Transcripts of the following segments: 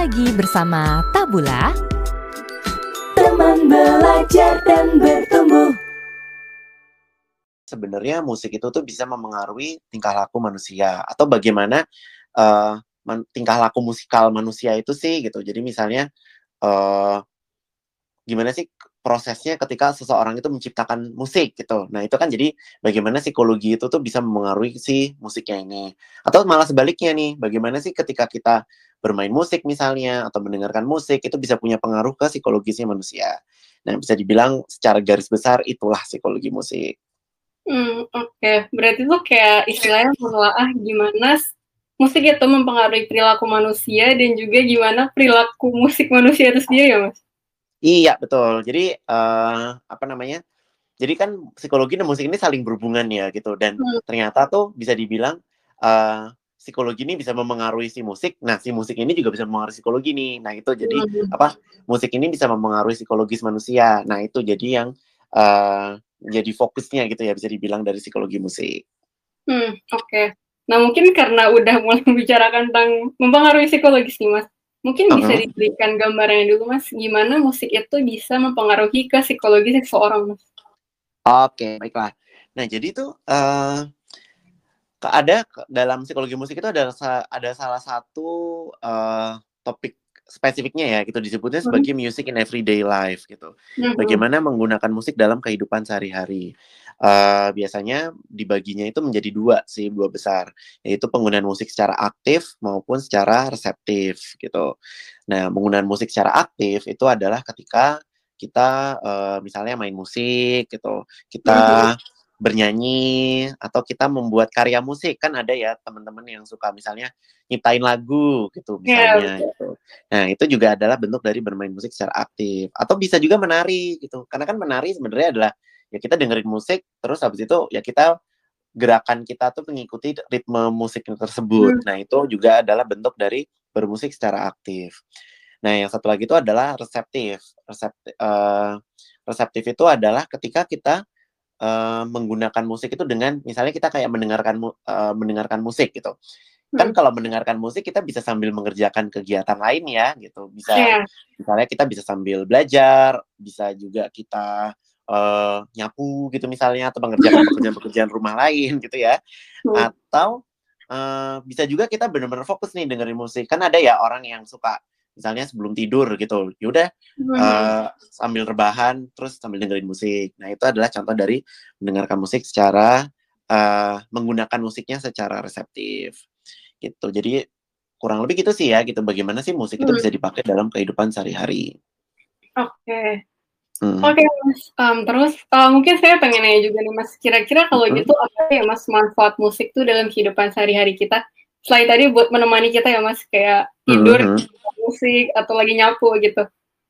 lagi bersama Tabula, teman belajar dan bertumbuh. Sebenarnya musik itu tuh bisa memengaruhi tingkah laku manusia atau bagaimana tingkah laku musikal manusia itu sih gitu. Jadi misalnya gimana sih prosesnya ketika seseorang itu menciptakan musik gitu. Nah itu kan jadi bagaimana psikologi itu tuh bisa memengaruhi si musiknya ini. Atau malah sebaliknya nih, bagaimana sih ketika kita bermain musik misalnya atau mendengarkan musik itu bisa punya pengaruh ke psikologisnya manusia. Nah bisa dibilang secara garis besar itulah psikologi musik. Oke. Berarti tuh kayak istilahnya menelaah gimana musik itu mempengaruhi perilaku manusia dan juga gimana perilaku musik manusia itu sendiri ya, Mas? Iya, betul. Jadi, jadi kan psikologi dan musik ini saling berhubungan ya gitu dan ternyata tuh bisa dibilang, psikologi ini bisa memengaruhi si musik, nah si musik ini juga bisa memengaruhi psikologi nih. Nah itu jadi, musik ini bisa memengaruhi psikologis manusia. Nah itu jadi yang, jadi fokusnya gitu ya bisa dibilang dari psikologi musik. Oke. Nah mungkin karena udah mulai membicarakan tentang mempengaruhi psikologis nih, Mas. Mungkin bisa diberikan gambarannya dulu, Mas, gimana musik itu bisa mempengaruhi ke psikologis seseorang, Mas? Oke, baiklah. Nah jadi tuh, dalam psikologi musik itu ada salah satu topik spesifiknya ya gitu disebutnya sebagai music in everyday life gitu. Bagaimana menggunakan musik dalam kehidupan sehari-hari. Biasanya dibaginya itu menjadi dua besar, yaitu penggunaan musik secara aktif maupun secara reseptif gitu. Nah, penggunaan musik secara aktif itu adalah ketika kita misalnya main musik gitu, kita bernyanyi atau kita membuat karya musik. Kan ada ya teman-teman yang suka misalnya nyiptain lagu gitu misalnya gitu. Nah, itu juga adalah bentuk dari bermain musik secara aktif. Atau bisa juga menari gitu. Karena kan menari sebenarnya adalah ya kita dengerin musik terus habis itu ya kita gerakan kita tuh mengikuti ritme musik tersebut. Nah, itu juga adalah bentuk dari bermusik secara aktif. Nah, yang satu lagi itu adalah reseptif. Reseptif itu adalah ketika kita menggunakan musik itu dengan misalnya kita kayak mendengarkan musik gitu. Kan kalau mendengarkan musik kita bisa sambil mengerjakan kegiatan lain ya gitu. Misalnya kita bisa sambil belajar, bisa juga kita nyapu gitu misalnya atau mengerjakan pekerjaan-pekerjaan rumah lain gitu ya. Atau bisa juga kita benar-benar fokus nih dengerin musik. Kan ada ya orang yang suka misalnya sebelum tidur gitu, yaudah sambil rebahan terus sambil dengerin musik. Nah itu adalah contoh dari mendengarkan musik secara menggunakan musiknya secara reseptif gitu. Jadi kurang lebih gitu sih ya gitu. Bagaimana sih musik itu bisa dipakai dalam kehidupan sehari-hari. Oke, Mas. Terus mungkin saya pengen nanya juga nih, Mas. Kira-kira kalau gitu apa ya, Mas, manfaat musik tuh dalam kehidupan sehari-hari kita? Selain tadi buat menemani kita ya, Mas, kayak tidur, musik atau lagi nyapu gitu.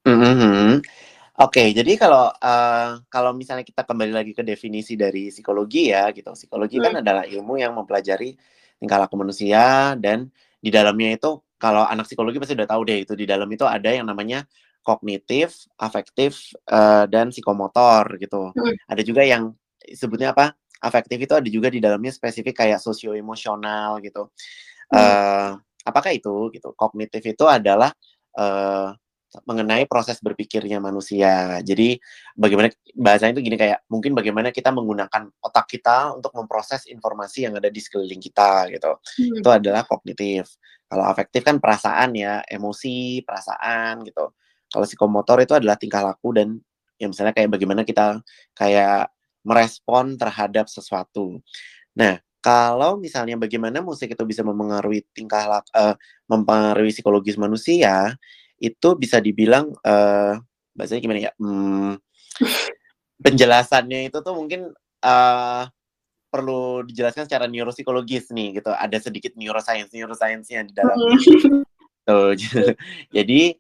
Oke, jadi kalau misalnya kita kembali lagi ke definisi dari psikologi ya gitu. Psikologi kan adalah ilmu yang mempelajari tingkah laku manusia dan di dalamnya itu kalau anak psikologi pasti udah tahu deh itu di dalam itu ada yang namanya kognitif, afektif, dan psikomotor gitu. Ada juga yang sebutnya apa? Afektif itu ada juga di dalamnya spesifik kayak sosioemosional gitu. Apakah itu gitu? Kognitif itu adalah mengenai proses berpikirnya manusia. Jadi bagaimana bahasanya itu gini kayak mungkin bagaimana kita menggunakan otak kita untuk memproses informasi yang ada di sekeliling kita gitu. Itu adalah kognitif. Kalau afektif kan perasaan ya, emosi, perasaan gitu. Kalau psikomotor itu adalah tingkah laku dan ya misalnya kayak bagaimana kita kayak merespon terhadap sesuatu. Nah, kalau misalnya bagaimana musik itu bisa memengaruhi mempengaruhi psikologis manusia, itu bisa dibilang bahasanya gimana ya? Penjelasannya itu tuh mungkin perlu dijelaskan secara neuropsikologis nih gitu. Ada sedikit neuroscience-nya di dalamnya. Tuh, jadi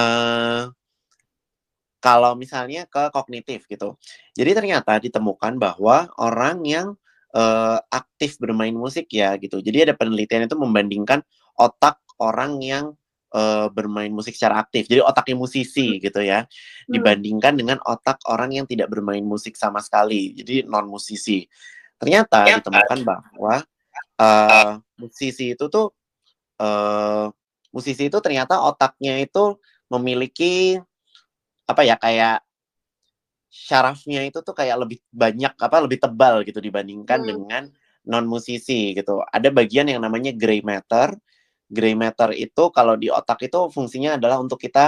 kalau misalnya ke kognitif gitu. Jadi ternyata ditemukan bahwa orang yang aktif bermain musik ya gitu. Jadi ada penelitian itu membandingkan otak orang yang bermain musik secara aktif. Jadi otaknya musisi gitu ya. Dibandingkan dengan otak orang yang tidak bermain musik sama sekali. Jadi non musisi. Ternyata ditemukan bahwa musisi itu tuh musisi itu ternyata otaknya itu memiliki apa ya, kayak syarafnya itu tuh kayak lebih banyak, lebih tebal gitu dibandingkan dengan non musisi gitu. Ada bagian yang namanya gray matter. Gray matter itu kalau di otak itu fungsinya adalah untuk kita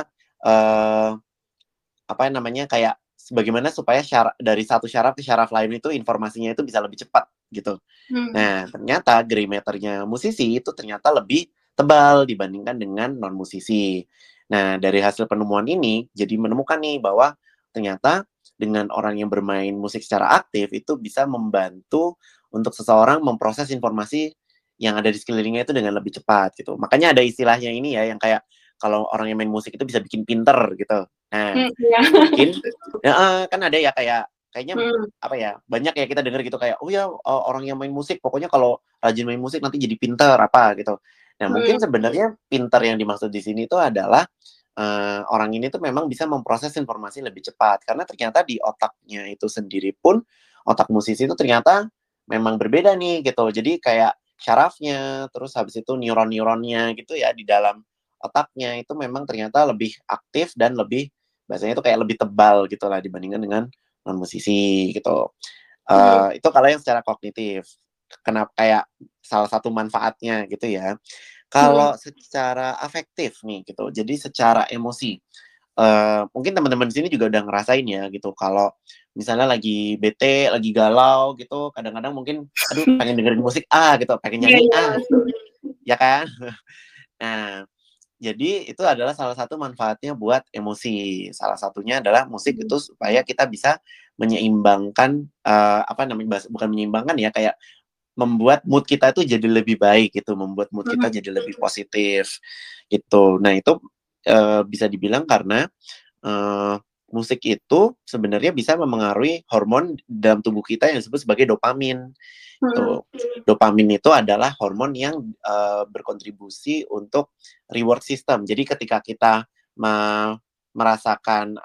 kayak bagaimana supaya dari satu syaraf ke syaraf lain itu informasinya itu bisa lebih cepat gitu. Nah, ternyata gray matter-nya musisi itu ternyata lebih tebal dibandingkan dengan non musisi. Nah, dari hasil penemuan ini jadi menemukan nih bahwa ternyata dengan orang yang bermain musik secara aktif itu bisa membantu untuk seseorang memproses informasi yang ada di sekelilingnya itu dengan lebih cepat gitu. Makanya ada istilahnya ini ya, yang kayak kalau orang yang main musik itu bisa bikin pinter gitu. Nah, mungkin kan ada ya kayaknya banyak ya kita dengar gitu kayak, oh ya orang yang main musik pokoknya kalau rajin main musik nanti jadi pinter apa gitu. Nah, mungkin sebenarnya pinter yang dimaksud di sini itu adalah orang ini tuh memang bisa memproses informasi lebih cepat, karena ternyata di otaknya itu sendiri pun, otak musisi itu ternyata memang berbeda nih gitu. Jadi kayak syarafnya, terus habis itu neuron-neuronnya gitu ya di dalam otaknya itu memang ternyata lebih aktif dan lebih, bahasanya itu kayak lebih tebal gitu lah dibandingkan dengan non musisi gitu. Itu kalau yang secara kognitif. Kenapa kayak salah satu manfaatnya gitu ya. Kalau secara afektif nih gitu, jadi secara emosi, mungkin teman-teman di sini juga udah ngerasain ya gitu, kalau misalnya lagi bete, lagi galau gitu, kadang-kadang mungkin, aduh pengen dengerin musik gitu, pengen nyanyi gitu, ya kan? Nah, jadi itu adalah salah satu manfaatnya buat emosi. Salah satunya adalah musik itu supaya kita bisa menyeimbangkan, bukan menyeimbangkan ya, kayak membuat mood kita itu jadi lebih baik gitu, membuat mood kita jadi lebih positif gitu. Nah, itu bisa dibilang karena musik itu sebenarnya bisa memengaruhi hormon dalam tubuh kita yang disebut sebagai dopamin. Tuh. Dopamin itu adalah hormon yang berkontribusi untuk reward system. Jadi ketika kita merasakan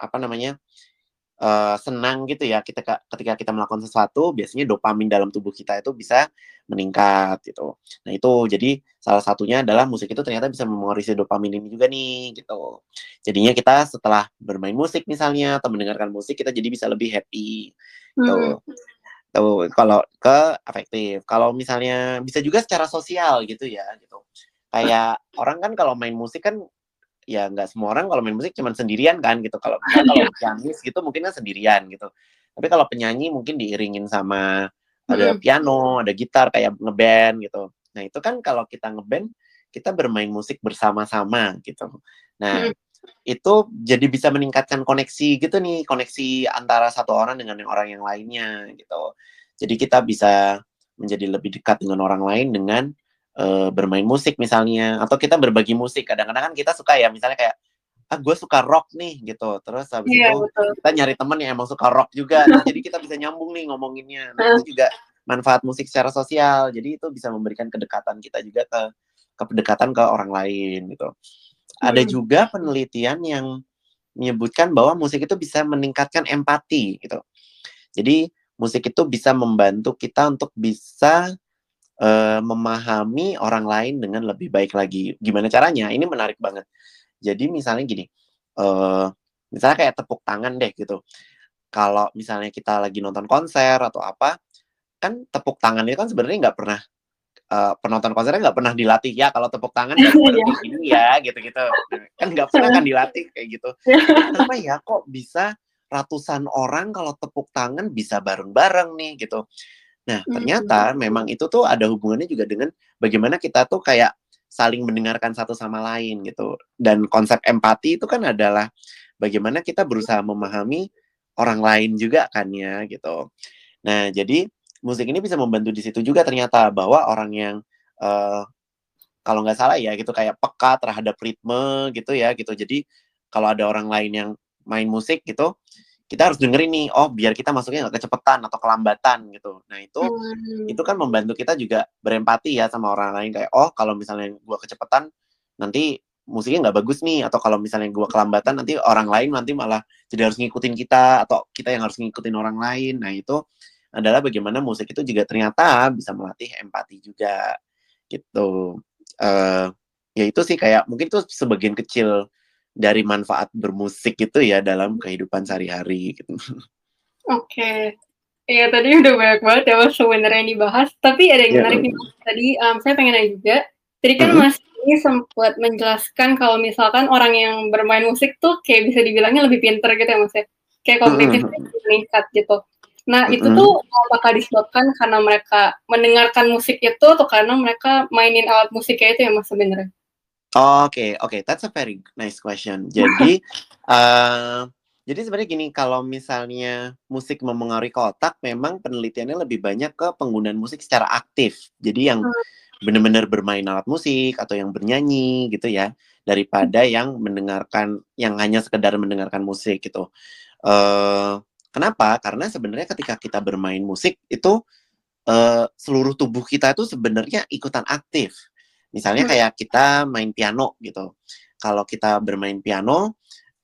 senang gitu ya, ketika kita melakukan sesuatu, biasanya dopamin dalam tubuh kita itu bisa meningkat gitu. Nah, itu jadi salah satunya adalah musik itu ternyata bisa memengaruhi si dopamin ini juga nih gitu. Jadinya kita setelah bermain musik misalnya atau mendengarkan musik, kita jadi bisa lebih happy gitu. Tuh, kalau ke afektif. Kalau misalnya bisa juga secara sosial gitu ya gitu. Kayak orang kan kalau main musik kan ya nggak semua orang kalau main musik cuma sendirian kan gitu. Kalau pianis gitu mungkin kan sendirian gitu. Tapi kalau penyanyi mungkin diiringin sama ada piano, ada gitar kayak ngeband gitu. Nah, itu kan kalau kita ngeband, kita bermain musik bersama-sama gitu. Nah, itu jadi bisa meningkatkan koneksi gitu nih, koneksi antara satu orang dengan orang yang lainnya gitu. Jadi kita bisa menjadi lebih dekat dengan orang lain dengan bermain musik misalnya, atau kita berbagi musik. Kadang-kadang kan kita suka ya, misalnya kayak gue suka rock nih gitu, terus habis itu kita nyari temen yang emang suka rock juga, nah, jadi kita bisa nyambung nih ngomonginnya. Nah, itu juga manfaat musik secara sosial, jadi itu bisa memberikan kedekatan kita juga ke kedekatan ke orang lain gitu. Ada juga penelitian yang menyebutkan bahwa musik itu bisa meningkatkan empati gitu. Jadi musik itu bisa membantu kita untuk bisa memahami orang lain dengan lebih baik lagi. Gimana caranya? Ini menarik banget. Jadi misalnya gini, misalnya kayak tepuk tangan deh gitu. Kalau misalnya kita lagi nonton konser atau apa, kan tepuk tangan itu kan sebenarnya nggak pernah, penonton konsernya nggak pernah dilatih ya, kalau tepuk tangan ya kayak gini ya, gitu-gitu. Kan nggak pernah kan dilatih kayak gitu. Kenapa ya kok bisa ratusan orang kalau tepuk tangan bisa bareng-bareng nih gitu. Nah, ternyata memang itu tuh ada hubungannya juga dengan bagaimana kita tuh kayak saling mendengarkan satu sama lain gitu. Dan konsep empati itu kan adalah bagaimana kita berusaha memahami orang lain juga kan ya gitu. Nah, jadi musik ini bisa membantu di situ juga ternyata, bahwa orang yang kalau nggak salah ya gitu kayak peka terhadap ritme gitu ya gitu. Jadi kalau ada orang lain yang main musik gitu, kita harus dengerin nih, oh biar kita masuknya nggak kecepatan atau kelambatan gitu. Nah, itu kan membantu kita juga berempati ya sama orang lain, kayak oh kalau misalnya gue kecepatan nanti musiknya nggak bagus nih, atau kalau misalnya gue kelambatan nanti orang lain nanti malah jadi harus ngikutin kita, atau kita yang harus ngikutin orang lain. Nah, itu adalah bagaimana musik itu juga ternyata bisa melatih empati juga gitu. ya itu sih kayak mungkin tuh sebagian kecil dari manfaat bermusik itu ya dalam kehidupan sehari-hari gitu. Oke. Iya, tadi udah banyak banget ya Mas sebenarnya yang dibahas, tapi ada yang menarik nih Mas. Tadi saya pengen nanya juga, tadi kan Mas ini sempat menjelaskan kalau misalkan orang yang bermain musik tuh kayak bisa dibilangnya lebih pintar gitu ya Mas ya, kayak kognitifnya meningkat gitu. Nah itu tuh apakah disebabkan karena mereka mendengarkan musik itu atau karena mereka mainin alat musiknya itu ya Mas sebenarnya? Oke, that's a very nice question. Jadi sebenarnya gini, kalau misalnya musik memengaruhi ke otak, memang penelitiannya lebih banyak ke penggunaan musik secara aktif. Jadi yang benar-benar bermain alat musik atau yang bernyanyi gitu ya, daripada yang mendengarkan, yang hanya sekedar mendengarkan musik gitu. Kenapa? Karena sebenarnya ketika kita bermain musik itu seluruh tubuh kita itu sebenarnya ikutan aktif. Misalnya kayak kita main piano gitu. Kalau kita bermain piano,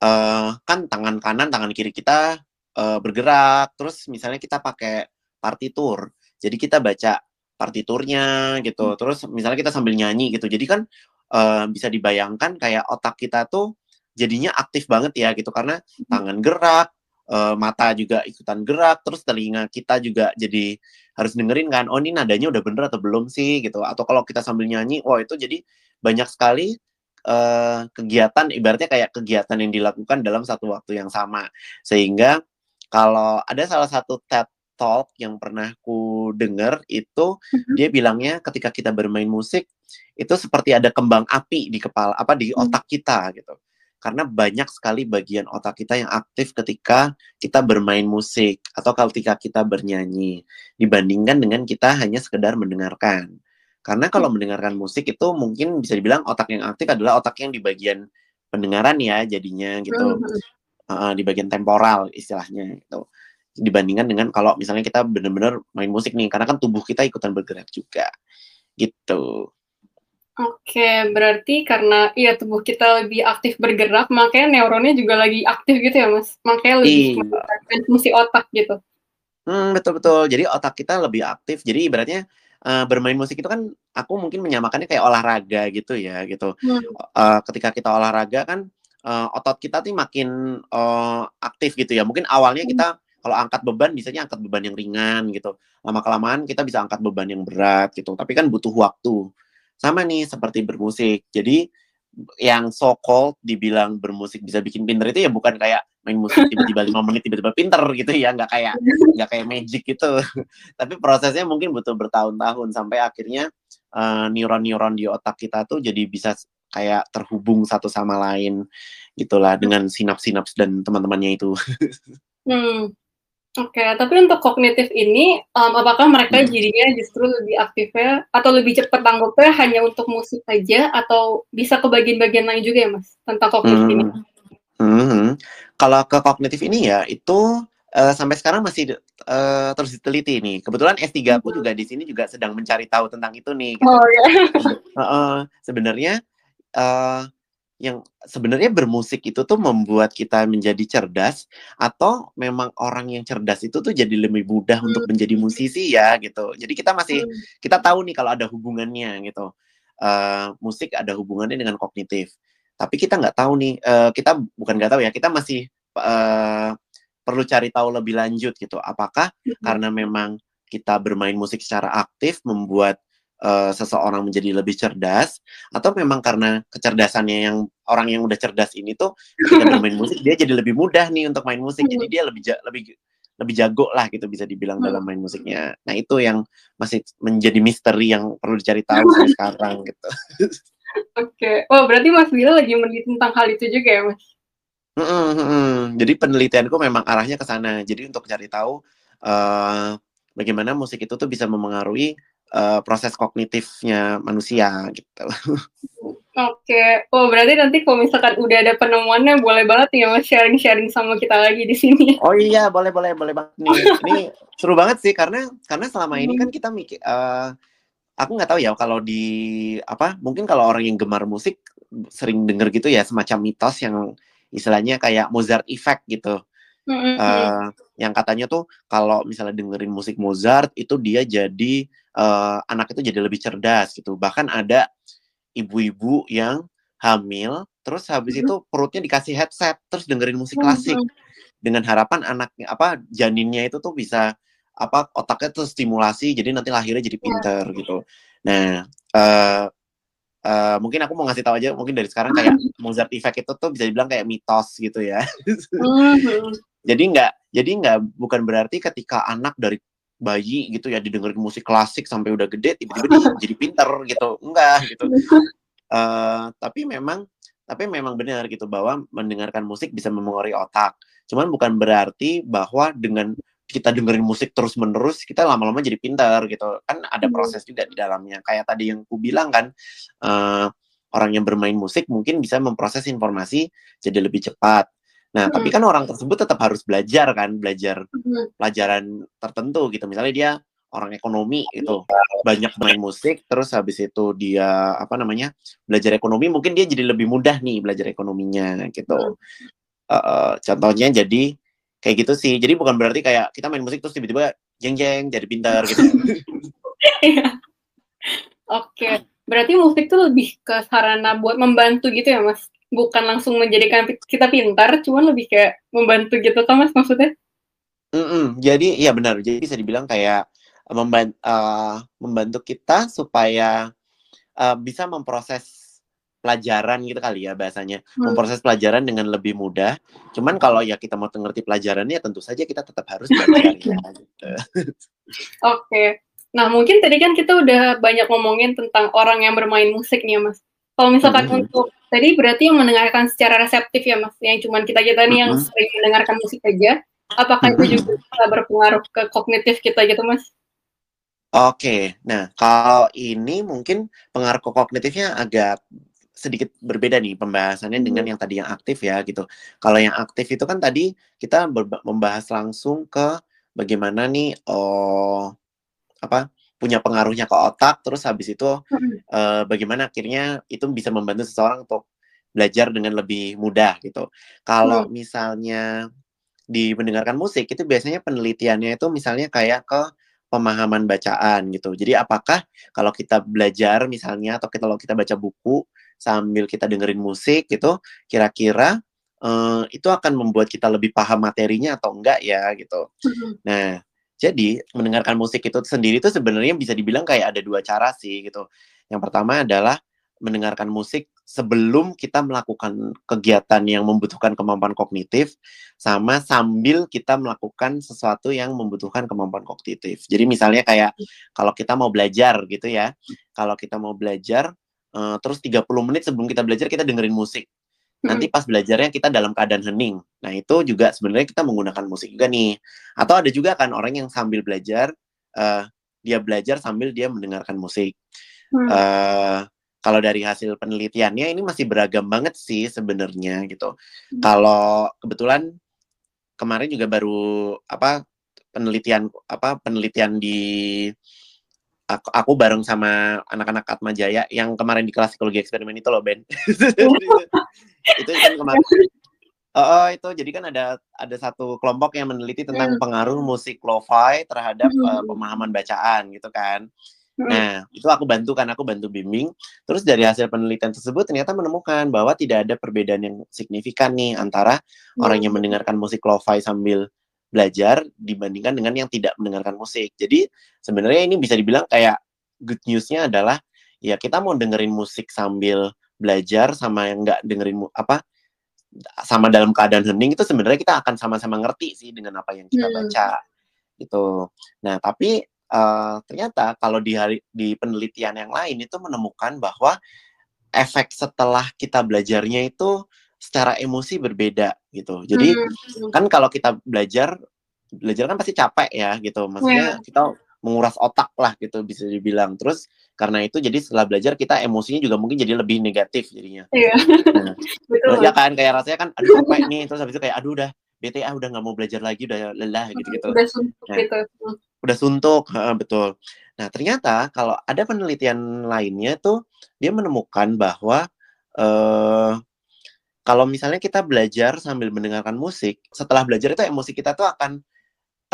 kan tangan kanan, tangan kiri kita bergerak. Terus misalnya kita pakai partitur. Jadi kita baca partiturnya gitu. Terus misalnya kita sambil nyanyi gitu. Jadi kan bisa dibayangkan kayak otak kita tuh jadinya aktif banget ya gitu. Karena tangan gerak, mata juga ikutan gerak. Terus telinga kita juga jadi harus dengerin kan, oh ini nadanya udah bener atau belum sih gitu. Atau kalau kita sambil nyanyi, wah itu jadi banyak sekali kegiatan, ibaratnya kayak kegiatan yang dilakukan dalam satu waktu yang sama. Sehingga kalau ada salah satu TED Talk yang pernah ku denger itu, dia bilangnya ketika kita bermain musik itu seperti ada kembang api di kepala, di otak kita gitu. Karena banyak sekali bagian otak kita yang aktif ketika kita bermain musik atau ketika kita bernyanyi, dibandingkan dengan kita hanya sekedar mendengarkan. Karena kalau mendengarkan musik itu mungkin bisa dibilang otak yang aktif adalah otak yang di bagian pendengaran ya jadinya gitu, di bagian temporal istilahnya gitu. Dibandingkan dengan kalau misalnya kita benar-benar main musik nih, karena kan tubuh kita ikutan bergerak juga gitu. Oke, berarti karena tubuh kita lebih aktif bergerak, makanya neuronnya juga lagi aktif gitu ya Mas? Makanya lebih meningkatkan fungsi otak gitu? Betul. Jadi otak kita lebih aktif. Jadi ibaratnya bermain musik itu kan, aku mungkin menyamakannya kayak olahraga gitu ya gitu. Ketika kita olahraga kan otot kita tuh makin aktif gitu ya. Mungkin awalnya kita kalau angkat beban biasanya angkat beban yang ringan gitu. Lama-kelamaan kita bisa angkat beban yang berat gitu. Tapi kan butuh waktu. Sama nih seperti bermusik. Jadi yang so-called dibilang bermusik bisa bikin pinter itu ya bukan kayak main musik tiba-tiba 5 menit tiba-tiba pinter gitu ya, nggak kayak magic gitu. Tapi prosesnya mungkin butuh bertahun-tahun sampai akhirnya neuron-neuron di otak kita tuh jadi bisa kayak terhubung satu sama lain gitulah dengan sinaps-sinaps dan teman-temannya itu. Oke, tapi untuk kognitif ini, apakah mereka jadinya justru lebih aktifnya atau lebih cepat tanggapnya hanya untuk musik saja atau bisa ke bagian-bagian lain juga ya Mas, tentang kognitif ini? Kalau ke kognitif ini ya, itu sampai sekarang masih terus diteliti nih. Kebetulan S3 aku juga di sini juga sedang mencari tahu tentang itu nih. Gitu. Oh ya. Sebenarnya yang sebenarnya bermusik itu tuh membuat kita menjadi cerdas, atau memang orang yang cerdas itu tuh jadi lebih mudah untuk menjadi musisi ya gitu. Jadi kita tahu nih kalau ada hubungannya gitu. Musik ada hubungannya dengan kognitif. Tapi kita nggak tahu nih, kita bukan nggak tahu ya, kita masih perlu cari tahu lebih lanjut gitu. Apakah karena memang kita bermain musik secara aktif membuat seseorang menjadi lebih cerdas, atau memang karena kecerdasannya yang orang yang udah cerdas ini tuh ketika bermain musik dia jadi lebih mudah nih untuk main musik, jadi dia lebih jago lah gitu bisa dibilang dalam main musiknya. Nah itu yang masih menjadi misteri yang perlu dicari tahu sampai sekarang gitu. Oke, oh berarti Mas Bila lagi meneliti tentang hal itu juga ya Mas? Jadi penelitianku memang arahnya ke sana. Jadi untuk cari tahu bagaimana musik itu tuh bisa memengaruhi proses kognitifnya manusia gitu. Oke, oh berarti nanti kalau misalkan udah ada penemuannya boleh banget nih ya Mas sharing-sharing sama kita lagi di sini. Oh iya, boleh banget nih. Ini seru banget sih karena selama ini kan kita mikir, aku nggak tahu ya kalau mungkin kalau orang yang gemar musik sering denger gitu ya semacam mitos yang istilahnya kayak Mozart effect gitu. Yang katanya tuh kalau misalnya dengerin musik Mozart itu dia jadi anak itu jadi lebih cerdas gitu. Bahkan ada ibu-ibu yang hamil, terus habis itu perutnya dikasih headset, terus dengerin musik klasik dengan harapan anaknya janinnya itu tuh bisa otaknya tuh stimulasi, jadi nanti lahirnya jadi pinter gitu. Nah, mungkin aku mau ngasih tahu aja, mungkin dari sekarang kayak Mozart Effect itu tuh bisa dibilang kayak mitos gitu ya. Jadi bukan berarti ketika anak dari bayi gitu ya didengerin musik klasik sampai udah gede tiba-tiba jadi pinter gitu, enggak gitu. Tapi memang benar gitu bahwa mendengarkan musik bisa mempengaruhi otak. Cuman bukan berarti bahwa dengan kita dengerin musik terus-menerus kita lama-lama jadi pintar gitu. Kan ada proses juga di dalamnya. Kayak tadi yang aku bilang kan, orang yang bermain musik mungkin bisa memproses informasi jadi lebih cepat. Nah, tapi kan orang tersebut tetap harus belajar pelajaran tertentu gitu. Misalnya dia orang ekonomi itu banyak main musik, terus habis itu dia belajar ekonomi, mungkin dia jadi lebih mudah nih belajar ekonominya gitu. Contohnya jadi kayak gitu sih. Jadi bukan berarti kayak kita main musik terus tiba-tiba jeng-jeng jadi pintar gitu. Oke, berarti musik tuh lebih ke sarana buat membantu gitu ya Mas? Bukan langsung menjadikan kita pintar, cuman lebih kayak membantu gitu kan Mas maksudnya? Jadi ya benar. Jadi bisa dibilang kayak membantu kita supaya bisa memproses pelajaran gitu kali ya bahasanya. Memproses pelajaran dengan lebih mudah. Cuman kalau ya kita mau ngerti pelajarannya tentu saja kita tetap harus belajar ya gitu. Oke. Nah, mungkin tadi kan kita udah banyak ngomongin tentang orang yang bermain musik nih ya, Mas. Kalau misalkan untuk tadi berarti yang mendengarkan secara reseptif ya, Mas. Yang cuman kita-kita nih yang sering mendengarkan musik aja. Apakah itu juga bisa berpengaruh ke kognitif kita gitu, Mas? Oke. Nah, kalau ini mungkin pengaruh ke kognitifnya agak sedikit berbeda nih pembahasannya dengan yang tadi yang aktif ya gitu. Kalau yang aktif itu kan tadi kita membahas langsung ke bagaimana nih punya pengaruhnya ke otak, terus habis itu bagaimana akhirnya itu bisa membantu seseorang untuk belajar dengan lebih mudah gitu. Kalau misalnya di mendengarkan musik itu biasanya penelitiannya itu misalnya kayak ke pemahaman bacaan gitu. Jadi apakah kalau kita belajar misalnya atau kalau kita baca buku sambil kita dengerin musik gitu, kira-kira itu akan membuat kita lebih paham materinya atau enggak ya gitu. Nah, jadi mendengarkan musik itu sendiri tuh sebenarnya bisa dibilang kayak ada dua cara sih gitu. Yang pertama adalah mendengarkan musik sebelum kita melakukan kegiatan yang membutuhkan kemampuan kognitif, sama sambil kita melakukan sesuatu yang membutuhkan kemampuan kognitif. Jadi misalnya kayak kalau kita mau belajar gitu ya, kalau kita mau belajar terus 30 menit sebelum kita belajar kita dengerin musik. Nanti pas belajarnya kita dalam keadaan hening. Nah, itu juga sebenarnya kita menggunakan musik juga nih. Atau ada juga kan orang yang sambil belajar, dia belajar sambil dia mendengarkan musik. Kalau dari hasil penelitiannya ini masih beragam banget sih sebenarnya gitu. Kalau kebetulan kemarin juga baru penelitian di aku bareng sama anak-anak Atma Jaya yang kemarin di kelas psikologi eksperimen itu loh, Ben. Itu kan kemarin. Itu jadi kan ada satu kelompok yang meneliti tentang pengaruh musik lo-fi terhadap pemahaman bacaan gitu kan. Nah, itu aku bantu bimbing. Terus dari hasil penelitian tersebut ternyata menemukan bahwa tidak ada perbedaan yang signifikan nih antara orang yang mendengarkan musik lo-fi sambil belajar dibandingkan dengan yang tidak mendengarkan musik. Jadi sebenarnya ini bisa dibilang kayak good news-nya adalah ya kita mau dengerin musik sambil belajar sama yang nggak dengerin sama dalam keadaan hening itu sebenarnya kita akan sama-sama ngerti sih dengan apa yang kita baca gitu. Nah, tapi ternyata kalau di penelitian yang lain itu menemukan bahwa efek setelah kita belajarnya itu secara emosi berbeda gitu. Jadi kan kalau kita belajar kan pasti capek ya gitu. Maksudnya kita menguras otak lah gitu bisa dibilang. Terus karena itu jadi setelah belajar kita emosinya juga mungkin jadi lebih negatif jadinya. Nah, terus ya kan kayak rasanya kan aduh capek nih, terus habis itu kayak aduh udah bete udah nggak mau belajar lagi, udah lelah gitu-gitu. Udah suntuk gitu. Udah suntuk, betul. Nah, ternyata kalau ada penelitian lainnya tuh dia menemukan bahwa kalau misalnya kita belajar sambil mendengarkan musik, setelah belajar itu emosi kita tuh akan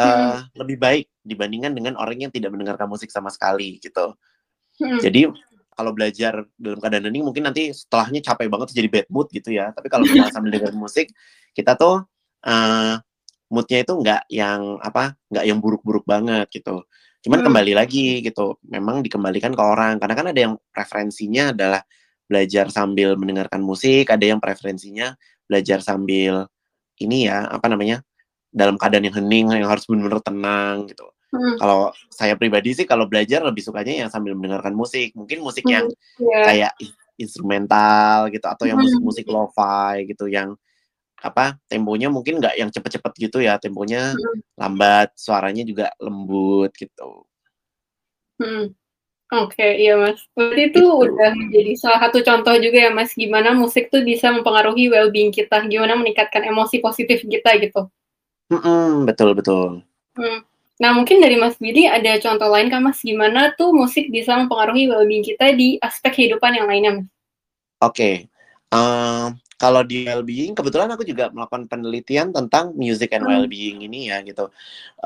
lebih baik dibandingkan dengan orang yang tidak mendengarkan musik sama sekali gitu. Jadi kalau belajar dalam keadaan hening mungkin nanti setelahnya capek banget jadi bad mood gitu ya. Tapi kalau misalnya sambil dengar musik, kita tuh moodnya itu nggak yang buruk-buruk banget gitu. Cuman kembali lagi gitu, memang dikembalikan ke orang. Karena kan ada yang preferensinya adalah belajar sambil mendengarkan musik, ada yang preferensinya belajar sambil dalam keadaan yang hening, yang harus benar-benar tenang gitu. Kalau saya pribadi sih kalau belajar lebih sukanya yang sambil mendengarkan musik. Mungkin musik yang kayak instrumental gitu, atau yang musik-musik lo-fi gitu, yang temponya mungkin nggak yang cepet-cepet gitu ya, temponya lambat, suaranya juga lembut gitu. Oke, iya Mas. Berarti itu udah menjadi salah satu contoh juga ya Mas, gimana musik tuh bisa mempengaruhi well-being kita, gimana meningkatkan emosi positif kita gitu. Betul. Nah, mungkin dari Mas Billy ada contoh lain kan Mas, gimana tuh musik bisa mempengaruhi well-being kita di aspek kehidupan yang lainnya Mas? Oke. Kalau di well-being, kebetulan aku juga melakukan penelitian tentang music and well-being ini ya gitu.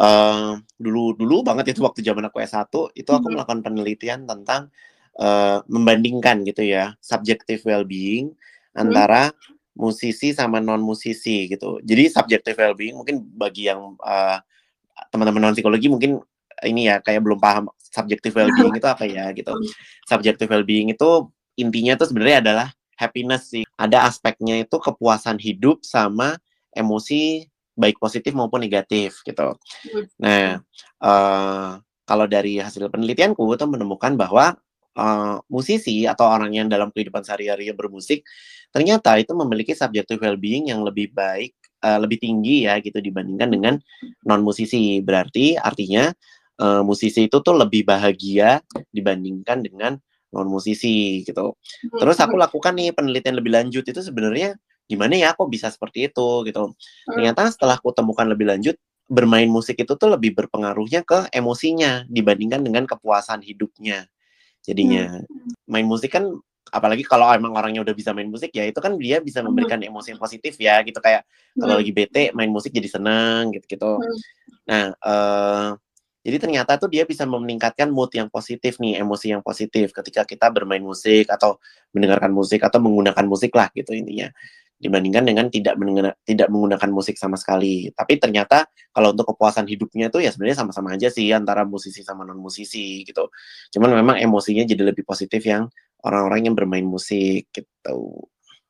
Dulu banget itu waktu zaman aku S1, itu aku melakukan penelitian tentang membandingkan gitu ya, subjective well-being antara musisi sama non-musisi gitu. Jadi subjective well-being mungkin bagi yang teman-teman non-psikologi mungkin ini ya, kayak belum paham subjective well-being itu apa ya gitu. Subjective well-being itu intinya tuh sebenarnya adalah happiness sih. Ada aspeknya itu kepuasan hidup sama emosi baik positif maupun negatif gitu. Nah, kalau dari hasil penelitianku itu menemukan bahwa musisi atau orang yang dalam kehidupan sehari-hari bermusik ternyata itu memiliki subjective well-being yang lebih baik, lebih tinggi ya gitu dibandingkan dengan non-musisi. Berarti artinya musisi itu tuh lebih bahagia dibandingkan dengan non-musisi gitu. Terus aku lakukan nih penelitian lebih lanjut, itu sebenarnya gimana ya kok bisa seperti itu gitu. Ternyata setelah aku temukan lebih lanjut, bermain musik itu tuh lebih berpengaruhnya ke emosinya dibandingkan dengan kepuasan hidupnya. Jadinya main musik kan, apalagi kalau emang orangnya udah bisa main musik ya, itu kan dia bisa memberikan emosi yang positif ya gitu, kayak kalau lagi bete main musik jadi seneng gitu. Nah, jadi ternyata tuh dia bisa meningkatkan mood yang positif nih, emosi yang positif ketika kita bermain musik atau mendengarkan musik atau menggunakan musik lah gitu intinya, dibandingkan dengan tidak menggunakan musik sama sekali. Tapi ternyata kalau untuk kepuasan hidupnya tuh ya sebenarnya sama-sama aja sih antara musisi sama non musisi gitu. Cuman memang emosinya jadi lebih positif yang orang-orang yang bermain musik gitu.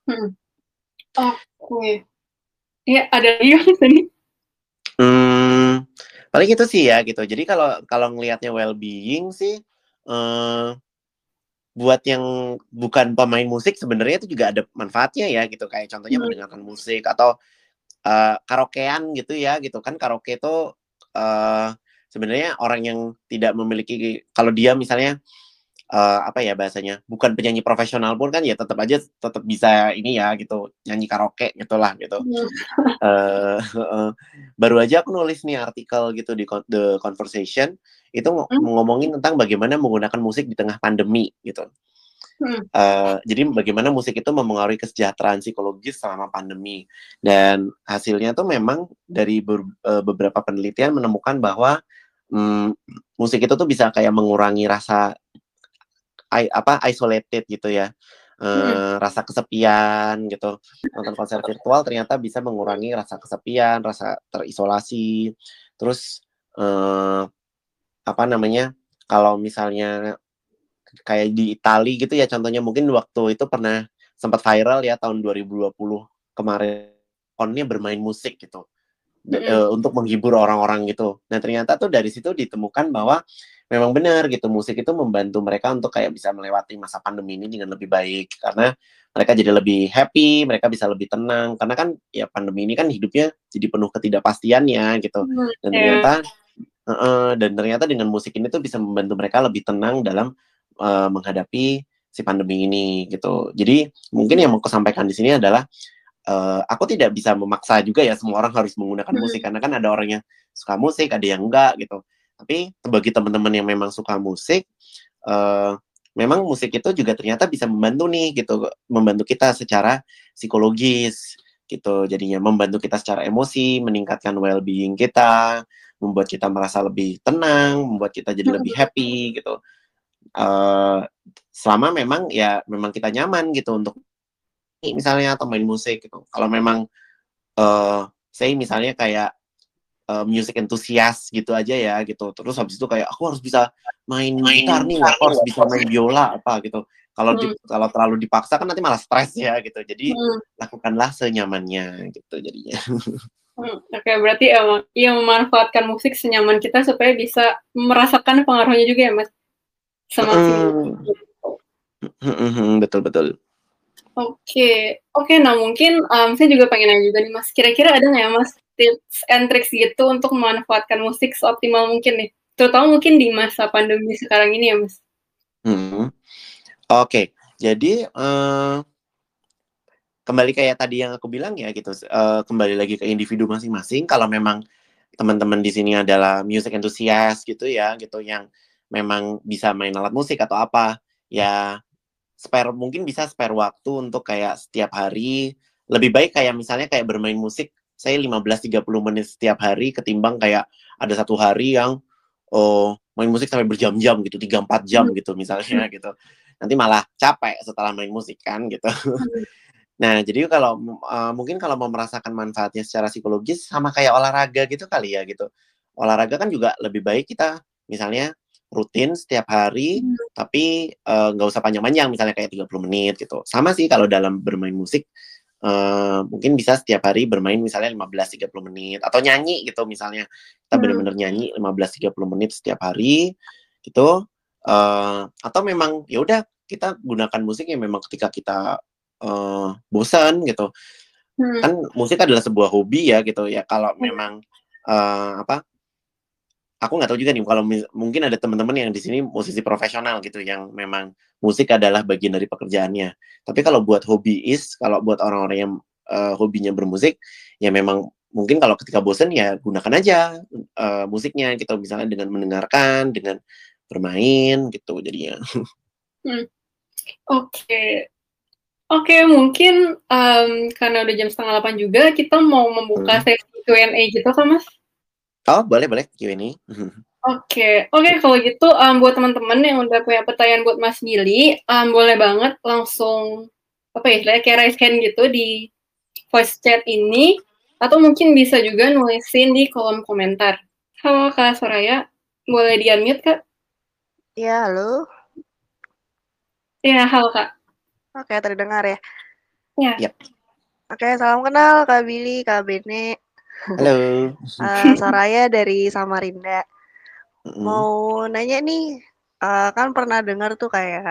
Oke. Iya, ada lagi Mas tadi? Paling itu sih ya gitu. Jadi kalau ngelihatnya well-being sih, buat yang bukan pemain musik sebenarnya itu juga ada manfaatnya ya gitu. Kayak contohnya mendengarkan musik atau karaokean gitu ya gitu kan. Karaoke itu sebenarnya orang yang tidak memiliki, kalau dia misalnya bahasanya bukan penyanyi profesional pun kan ya tetap bisa ini ya gitu, nyanyi karaoke gitulah gitu. Baru aja aku nulis nih artikel gitu di The Conversation itu ngomongin tentang bagaimana menggunakan musik di tengah pandemi gitu. Jadi bagaimana musik itu mempengaruhi kesejahteraan psikologis selama pandemi, dan hasilnya tuh memang dari beberapa penelitian menemukan bahwa musik itu tuh bisa kayak mengurangi rasa isolated gitu ya, rasa kesepian gitu. Nonton konser virtual ternyata bisa mengurangi rasa kesepian, rasa terisolasi. Terus kalau misalnya kayak di Itali gitu ya contohnya, mungkin waktu itu pernah sempat viral ya tahun 2020 kemarin, onnya bermain musik gitu untuk menghibur orang-orang gitu. Nah ternyata tuh dari situ ditemukan bahwa memang benar gitu, musik itu membantu mereka untuk kayak bisa melewati masa pandemi ini dengan lebih baik, karena mereka jadi lebih happy, mereka bisa lebih tenang, karena kan ya pandemi ini kan hidupnya jadi penuh ketidakpastiannya gitu. Dan ternyata dengan musik ini tuh bisa membantu mereka lebih tenang dalam menghadapi si pandemi ini gitu. Jadi mungkin yang mau aku sampaikan di sini adalah aku tidak bisa memaksa juga ya semua orang harus menggunakan musik, karena kan ada orang yang suka musik, ada yang enggak gitu. Tapi bagi teman-teman yang memang suka musik, memang musik itu juga ternyata bisa membantu nih gitu, membantu kita secara psikologis gitu. Jadinya membantu kita secara emosi, meningkatkan well-being kita, membuat kita merasa lebih tenang, membuat kita jadi lebih happy gitu. selama memang kita nyaman gitu untuk misalnya atau main musik gitu. Kalau memang saya misalnya kayak music enthusiast gitu aja ya gitu. Terus habis itu kayak aku harus bisa main gitar nih, aku harus bisa main biola apa gitu. Kalau terlalu dipaksa kan nanti malah stres ya gitu. Jadi lakukanlah senyamannya gitu jadinya. Oke, berarti emang memanfaatkan musik senyaman kita supaya bisa merasakan pengaruhnya juga ya, Mas. Semaksimal. Betul. Oke, nah mungkin saya juga pengen nanya juga nih, Mas. Kira-kira ada nggak ya, Mas, tips and tricks gitu untuk memanfaatkan musik seoptimal mungkin nih? Terutama mungkin di masa pandemi sekarang ini ya, Mas. Oke, jadi kembali kayak tadi yang aku bilang ya gitu, kembali lagi ke individu masing-masing. Kalau memang teman-teman di sini adalah music enthusiast gitu ya, gitu yang memang bisa main alat musik atau apa, ya mungkin bisa spare waktu untuk kayak setiap hari. Lebih baik kayak misalnya kayak bermain musik, saya 15-30 menit setiap hari ketimbang kayak ada satu hari yang main musik sampai berjam-jam gitu, 3-4 jam gitu misalnya gitu. Nanti malah capek setelah main musik kan gitu. Nah, jadi kalau mungkin kalau mau merasakan manfaatnya secara psikologis sama kayak olahraga gitu kali ya gitu. Olahraga kan juga lebih baik kita misalnya rutin setiap hari, tapi nggak usah panjang-panjang, misalnya kayak 30 menit gitu. Sama sih kalau dalam bermain musik, mungkin bisa setiap hari bermain misalnya 15-30 menit, atau nyanyi gitu misalnya. Kita benar-benar nyanyi 15-30 menit setiap hari gitu. Atau memang ya udah kita gunakan musik yang memang ketika kita bosan gitu. Kan musik adalah sebuah hobi ya gitu ya. Kalau memang aku nggak tahu juga nih kalau mungkin ada teman-teman yang di sini musisi profesional gitu yang memang musik adalah bagian dari pekerjaannya. Tapi kalau buat hobiis, kalau buat orang-orang yang hobinya bermusik, ya memang mungkin kalau ketika bosan ya gunakan aja musiknya gitu, misalnya dengan mendengarkan, dengan bermain gitu jadinya. Oke, mungkin karena udah jam 7:30 juga, kita mau membuka sesi Q&A gitu kan, Mas? Oh, boleh Q&A. Oke, kalau gitu buat teman-teman yang udah punya pertanyaan buat Mas Billy, boleh banget langsung kayak raise hand gitu di voice chat ini, atau mungkin bisa juga nulisin di kolom komentar. Halo Kak Soraya, boleh di-unmute Kak? Iya, halo. Iya, halo Kak. Oke, terdengar ya? Iya. Yep. Oke, salam kenal Kak Billy, Kak Bene. Halo. Soraya dari Samarinda. Mau nanya nih, kan pernah dengar tuh kayak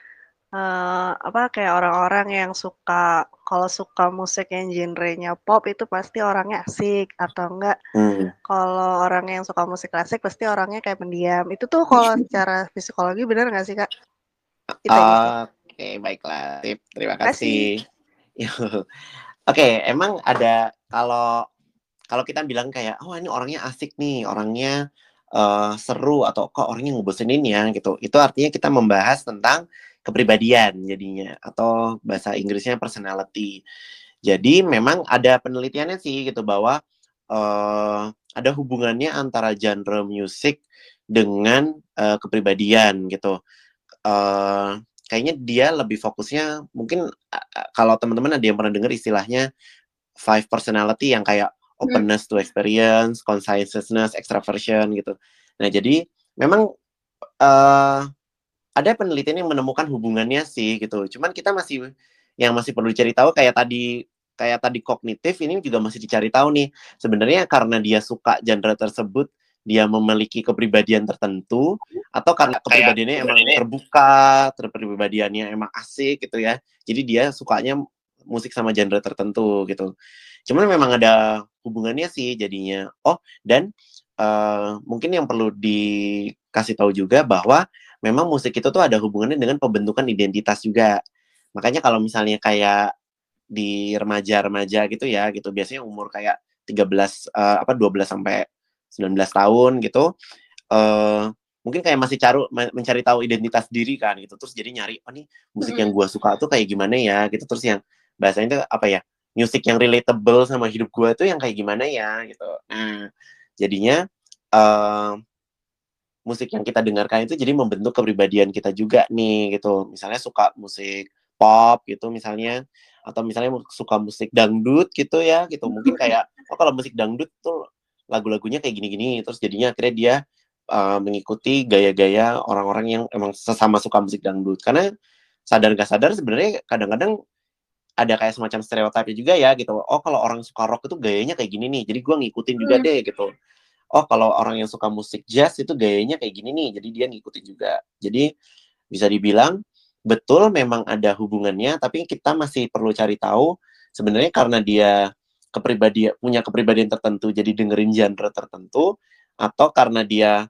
kayak orang-orang yang kalau suka musik yang genrenya pop itu pasti orangnya asik, atau enggak kalau orang yang suka musik klasik pasti orangnya kayak pendiam. Itu tuh kalau secara psikologi benar nggak sih Kak? Oke, baiklah. Terima kasih. Oke, emang ada kalau kita bilang kayak, oh ini orangnya asik nih, orangnya seru, atau kok orangnya ngebosenin ya gitu. Itu artinya kita membahas tentang kepribadian jadinya, atau bahasa Inggrisnya personality. Jadi memang ada penelitiannya sih gitu bahwa ada hubungannya antara genre musik dengan kepribadian gitu. Kayaknya dia lebih fokusnya mungkin kalau teman-teman ada yang pernah dengar istilahnya 5 personality yang kayak openness to experience, conscientiousness, extraversion gitu. Nah, jadi memang ada penelitian yang menemukan hubungannya sih gitu. Cuman kita masih perlu dicari tahu kayak tadi kognitif ini juga masih dicari tahu nih. Sebenarnya karena dia suka genre tersebut, dia memiliki kepribadian tertentu, atau karena kepribadiannya emang terbuka, kepribadiannya emang asik gitu ya. Jadi dia sukanya musik sama genre tertentu gitu. Cuman memang ada hubungannya sih jadinya. Oh, dan mungkin yang perlu dikasih tahu juga bahwa memang musik itu tuh ada hubungannya dengan pembentukan identitas juga. Makanya kalau misalnya kayak di remaja-remaja gitu ya, gitu biasanya umur kayak 12 sampai 19 tahun gitu, mungkin kayak masih mencari tahu identitas diri kan gitu, terus jadi nyari, oh nih musik yang gue suka tuh kayak gimana ya gitu, terus yang bahasanya itu apa ya, musik yang relatable sama hidup gue tuh yang kayak gimana ya gitu. Nah, jadinya musik yang kita dengarkan itu jadi membentuk kepribadian kita juga nih gitu. Misalnya suka musik pop gitu misalnya, atau misalnya suka musik dangdut gitu ya gitu. Mungkin kayak kalau musik dangdut tuh lagu-lagunya kayak gini-gini, terus jadinya akhirnya dia mengikuti gaya-gaya orang-orang yang emang sesama suka musik dangdut. Karena sadar gak sadar sebenarnya kadang-kadang ada kayak semacam stereotipnya juga ya gitu. Oh kalau orang suka rock itu gayanya kayak gini nih, jadi gue ngikutin juga deh gitu. Oh kalau orang yang suka musik jazz itu gayanya kayak gini nih, jadi dia ngikutin juga. Jadi bisa dibilang betul memang ada hubungannya, tapi kita masih perlu cari tahu sebenarnya karena dia punya kepribadian tertentu, jadi dengerin genre tertentu, atau karena dia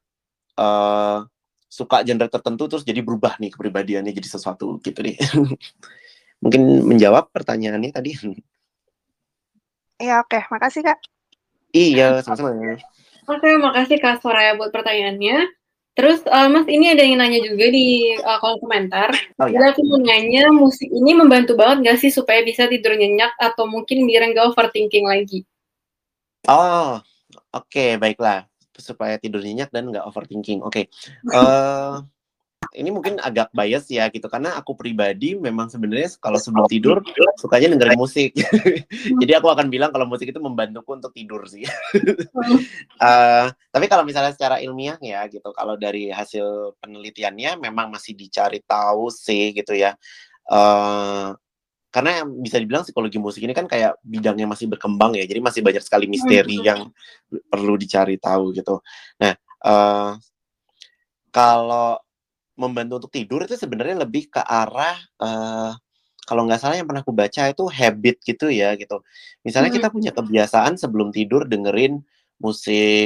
suka genre tertentu terus jadi berubah nih kepribadiannya jadi sesuatu gitu nih. Mungkin menjawab pertanyaannya tadi. Iya, oke. Makasih, Kak. Iya, sama-sama. Oke, makasih Kak Soraya buat pertanyaannya. Terus Mas, ini ada yang nanya juga di kolom komentar. Jadi aku mau nanya, musik ini membantu banget gak sih supaya bisa tidur nyenyak atau mungkin biar nggak overthinking lagi? Oh, oke, baiklah. Supaya tidur nyenyak dan nggak overthinking. Oke. Ini mungkin agak bias ya gitu, karena aku pribadi memang sebenarnya kalau sebelum tidur sukanya dengerin musik. Jadi aku akan bilang kalau musik itu membantuku untuk tidur sih. Tapi kalau misalnya secara ilmiah ya gitu, kalau dari hasil penelitiannya memang masih dicari tahu sih gitu ya. Karena bisa dibilang psikologi musik ini kan kayak bidangnya masih berkembang ya, jadi masih banyak sekali misteri yang perlu dicari tahu gitu. Nah, kalau membantu untuk tidur itu sebenarnya lebih ke arah kalau nggak salah yang pernah aku baca itu habit gitu ya gitu. Misalnya kita punya kebiasaan sebelum tidur dengerin musik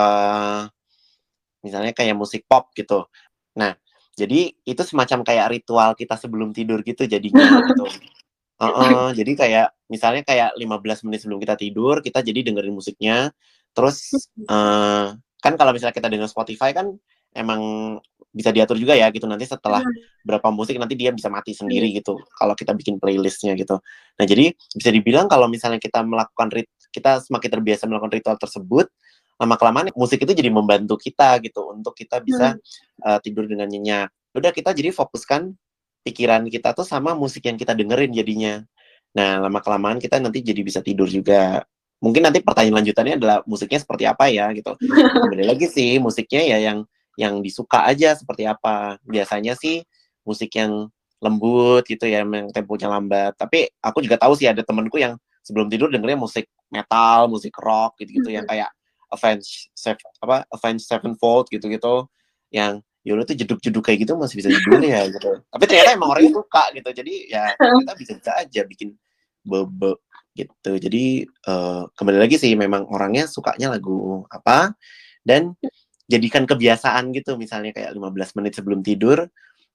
misalnya kayak musik pop gitu. Nah, jadi itu semacam kayak ritual kita sebelum tidur gitu jadinya gitu. Jadi kayak misalnya kayak 15 menit sebelum kita tidur kita jadi dengerin musiknya. Terus kan kalau misalnya kita denger Spotify kan emang bisa diatur juga ya gitu, nanti setelah berapa musik nanti dia bisa mati sendiri gitu kalau kita bikin playlistnya gitu. Nah jadi bisa dibilang kalau misalnya kita semakin terbiasa melakukan ritual tersebut, lama-kelamaan musik itu jadi membantu kita gitu untuk kita bisa tidur dengan nyenyak. Udah kita jadi fokuskan pikiran kita tuh sama musik yang kita dengerin jadinya. Nah lama-kelamaan kita nanti jadi bisa tidur juga. Mungkin nanti pertanyaan lanjutannya adalah musiknya seperti apa ya gitu. Kembali lagi sih musiknya ya yang disuka aja seperti apa. Biasanya sih musik yang lembut gitu ya, yang temponya lambat. Tapi aku juga tahu sih ada temenku yang sebelum tidur dengernya musik metal, musik rock gitu-gitu yang kayak Avenged Sevenfold gitu-gitu, yang yaudah tuh jeduk-jeduk kayak gitu masih bisa tidur ya gitu. Tapi ternyata emang orangnya suka gitu. Jadi ya kita bisa aja bikin bebe gitu. Jadi kembali lagi sih memang orangnya sukanya lagu apa, dan jadikan kebiasaan gitu, misalnya kayak 15 menit sebelum tidur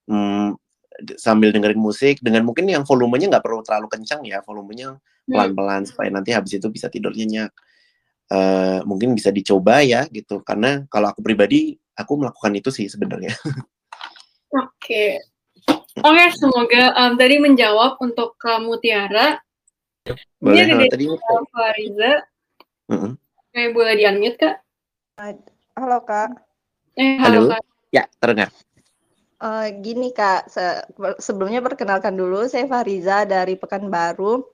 sambil dengerin musik dengan mungkin yang volumenya nggak perlu terlalu kencang ya, volumenya pelan-pelan supaya nanti habis itu bisa tidur nyenyak. Mungkin bisa dicoba ya gitu, karena kalau aku pribadi aku melakukan itu sih sebenarnya. Oke, semoga tadi menjawab untuk kamu Tiara. Boleh, ini tadi Fariza. Boleh di-unmute Kak? Halo Kak. Halo Kak. Ya, terdengar. Gini Kak, sebelumnya perkenalkan dulu, saya Fariza dari Pekanbaru.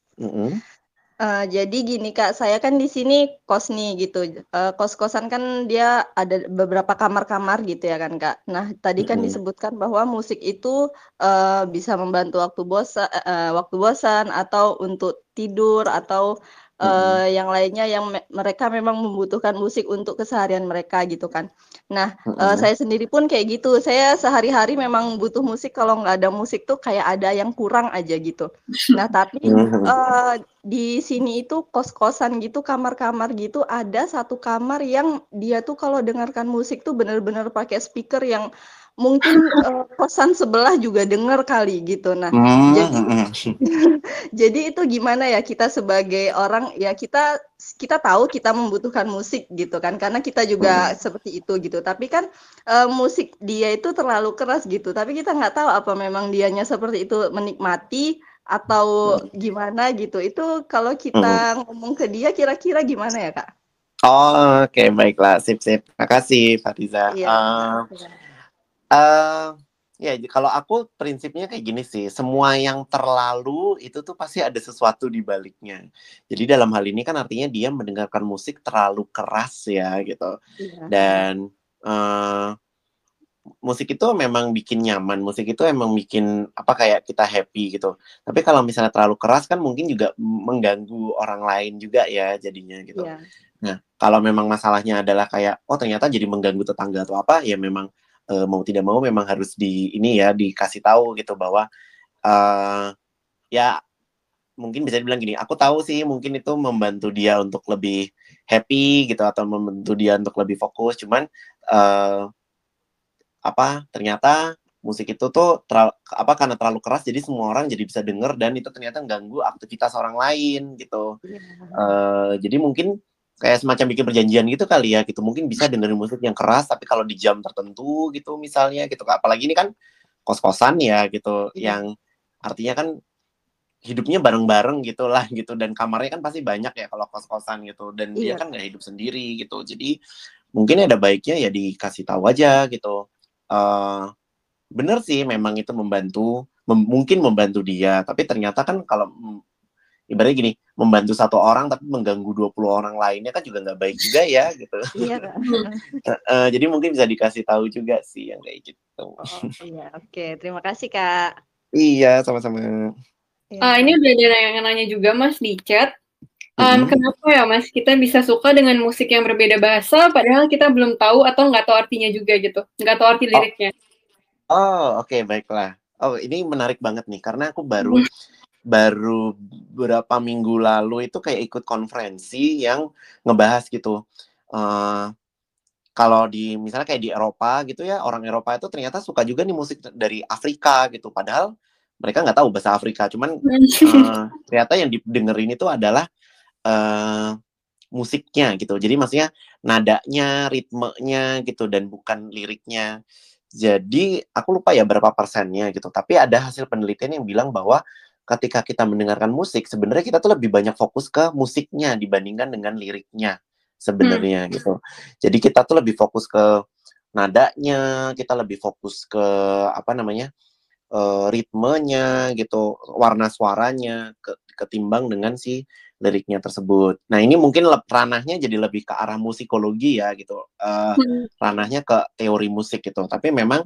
Jadi gini Kak, saya kan di sini kos nih gitu. Kos-kosan kan dia ada beberapa kamar-kamar gitu ya kan Kak. Nah tadi kan disebutkan bahwa musik itu bisa membantu waktu bosan atau untuk tidur atau yang lainnya yang mereka memang membutuhkan musik untuk keseharian mereka gitu kan. Nah saya sendiri pun kayak gitu. Saya sehari-hari memang butuh musik. Kalau nggak ada musik tuh kayak ada yang kurang aja gitu. Nah tapi di sini itu kos-kosan gitu, kamar-kamar gitu, ada satu kamar yang dia tuh kalau dengarkan musik tuh benar-benar pakai speaker yang mungkin kosan sebelah juga dengar kali gitu. Nah, jadi itu gimana ya kita sebagai orang ya kita tahu kita membutuhkan musik gitu kan, karena kita juga seperti itu gitu. Tapi kan musik dia itu terlalu keras gitu. Tapi kita nggak tahu apa memang dianya seperti itu menikmati atau gimana gitu. Itu kalau kita ngomong ke dia kira-kira gimana ya Kak? Oh, oke, baiklah, sip. Makasih, Fariza. Iya. Ya, kalau aku prinsipnya kayak gini sih, semua yang terlalu itu tuh pasti ada sesuatu di baliknya. Jadi dalam hal ini kan artinya dia mendengarkan musik terlalu keras ya gitu. Iya. Dan musik itu memang bikin nyaman, musik itu emang bikin apa kayak kita happy gitu. Tapi kalau misalnya terlalu keras kan mungkin juga mengganggu orang lain juga ya jadinya gitu. Iya. Nah, kalau memang masalahnya adalah kayak oh ternyata jadi mengganggu tetangga atau apa, ya memang mau tidak mau memang harus dikasih tahu gitu bahwa ya mungkin bisa dibilang gini, aku tahu sih mungkin itu membantu dia untuk lebih happy gitu atau membantu dia untuk lebih fokus, cuman ternyata musik itu tuh karena terlalu keras jadi semua orang jadi bisa denger dan itu ternyata mengganggu aktivitas orang lain gitu. Jadi mungkin kayak semacam bikin perjanjian gitu kali ya gitu, mungkin bisa dengerin musik yang keras tapi kalau di jam tertentu gitu misalnya gitu, apalagi ini kan kos-kosan ya gitu, yang artinya kan hidupnya bareng-bareng gitu lah gitu, dan kamarnya kan pasti banyak ya kalau kos-kosan gitu, dan dia kan nggak hidup sendiri gitu, jadi mungkin ada baiknya ya dikasih tahu aja gitu. Bener sih memang itu mungkin membantu dia, tapi ternyata kan kalau ibaratnya gini, membantu satu orang tapi mengganggu 20 orang lainnya kan juga nggak baik juga ya gitu. Iya. Jadi mungkin bisa dikasih tahu juga sih yang kayak gitu. Iya, oke. Terima kasih, Kak. Iya, sama-sama. Ini udah ada yang nanya juga Mas di chat. Kenapa ya Mas kita bisa suka dengan musik yang berbeda bahasa padahal kita belum tahu atau nggak tahu artinya juga gitu, nggak tahu arti liriknya? Oke, baiklah. Ini menarik banget nih karena aku baru beberapa minggu lalu itu kayak ikut konferensi yang ngebahas gitu. Kalau misalnya kayak di Eropa gitu ya, orang Eropa itu ternyata suka juga nih musik dari Afrika gitu, padahal mereka nggak tahu bahasa Afrika, cuman ternyata yang didengerin itu adalah musiknya gitu. Jadi maksudnya nadanya, ritmenya gitu, dan bukan liriknya. Jadi aku lupa ya berapa persennya gitu. Tapi ada hasil penelitian yang bilang bahwa ketika kita mendengarkan musik, sebenarnya kita tuh lebih banyak fokus ke musiknya dibandingkan dengan liriknya sebenarnya gitu. Jadi kita tuh lebih fokus ke nadanya, kita lebih fokus ke ritmenya gitu, warna suaranya ketimbang dengan si liriknya tersebut. Nah ini mungkin ranahnya jadi lebih ke arah musikologi ya gitu, ranahnya ke teori musik gitu. Tapi memang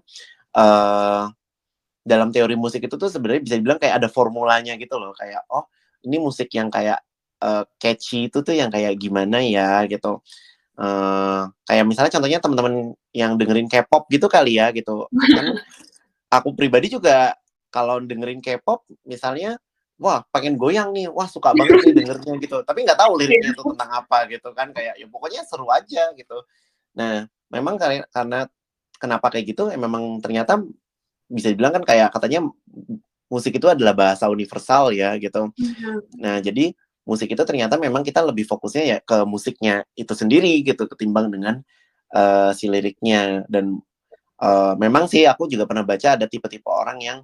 dalam teori musik itu tuh sebenarnya bisa dibilang kayak ada formulanya gitu loh, kayak oh ini musik yang kayak catchy itu tuh yang kayak gimana ya gitu. Kayak misalnya contohnya teman-teman yang dengerin K-pop gitu kali ya gitu. Kan aku pribadi juga kalau dengerin K-pop misalnya, wah pengen goyang nih, wah suka banget nih dengernya gitu, tapi nggak tahu liriknya itu tentang apa gitu kan, kayak ya pokoknya seru aja gitu. Nah memang karena kenapa kayak gitu, memang ternyata bisa dibilang kan kayak katanya musik itu adalah bahasa universal ya gitu. Nah jadi musik itu ternyata memang kita lebih fokusnya ya ke musiknya itu sendiri gitu ketimbang dengan si liriknya. Dan memang sih aku juga pernah baca ada tipe-tipe orang yang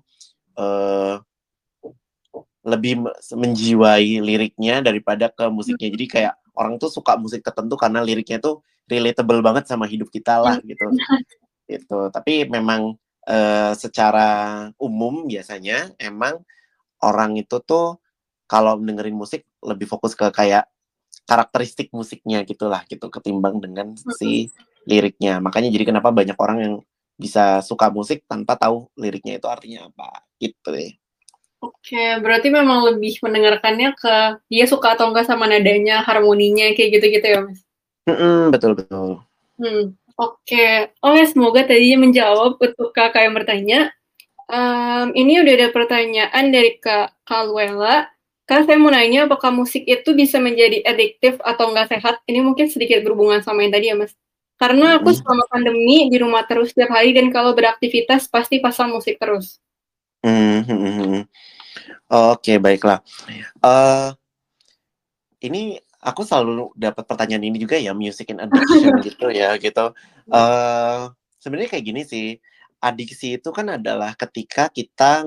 lebih menjiwai liriknya daripada ke musiknya. Jadi kayak orang tuh suka musik tertentu karena liriknya tuh relatable banget sama hidup kita lah gitu. Gitu. Tapi memang secara umum biasanya emang orang itu tuh kalau dengerin musik lebih fokus ke kayak karakteristik musiknya gitulah gitu ketimbang dengan si liriknya. Makanya jadi kenapa banyak orang yang bisa suka musik tanpa tahu liriknya itu artinya apa gitu ya. Oke, berarti memang lebih mendengarkannya ke dia suka atau enggak sama nadanya, harmoninya kayak gitu-gitu ya, Mas? Betul. Oke, semoga tadinya menjawab untuk kakak yang bertanya. Ini udah ada pertanyaan dari Kak Kalwela. Kak, saya mau nanya apakah musik itu bisa menjadi adiktif atau enggak sehat? Ini mungkin sedikit berhubungan sama yang tadi ya, Mas. Karena aku selama pandemi di rumah terus setiap hari dan kalau beraktivitas pasti pasang musik terus. Oke, baiklah. Ini aku selalu dapat pertanyaan ini juga ya, music and addiction gitu ya, gitu. Sebenarnya kayak gini sih, adiksi itu kan adalah ketika kita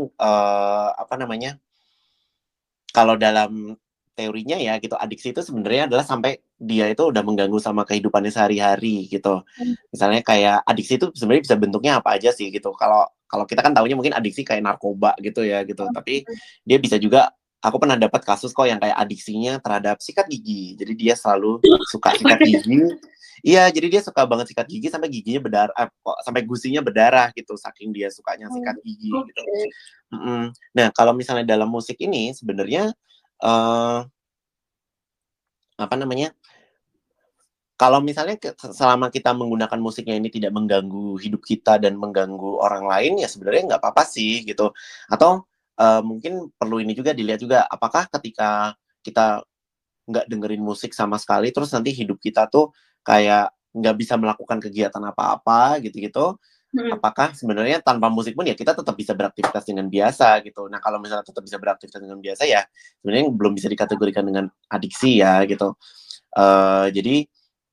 kalau dalam teorinya ya gitu, adiksi itu sebenarnya adalah sampai dia itu udah mengganggu sama kehidupannya sehari-hari gitu. Misalnya kayak adiksi itu sebenarnya bisa bentuknya apa aja sih gitu. Kalau kita kan taunya mungkin adiksi kayak narkoba gitu ya gitu. Tapi dia bisa juga, aku pernah dapat kasus kok yang kayak adiksinya terhadap sikat gigi. Jadi dia selalu suka sikat gigi. Iya, jadi dia suka banget sikat gigi sampai giginya berdarah, sampai gusinya berdarah gitu, saking dia sukanya sikat gigi gitu. Nah, kalau misalnya dalam musik ini sebenarnya apa namanya? Kalau misalnya selama kita menggunakan musiknya ini tidak mengganggu hidup kita dan mengganggu orang lain, ya sebenarnya nggak apa-apa sih gitu. Atau mungkin perlu ini juga dilihat juga, apakah ketika kita nggak dengerin musik sama sekali, terus nanti hidup kita tuh kayak nggak bisa melakukan kegiatan apa-apa gitu-gitu, apakah sebenarnya tanpa musik pun ya kita tetap bisa beraktivitas dengan biasa gitu. Nah kalau misalnya tetap bisa beraktivitas dengan biasa ya sebenarnya belum bisa dikategorikan dengan adiksi ya gitu. Jadi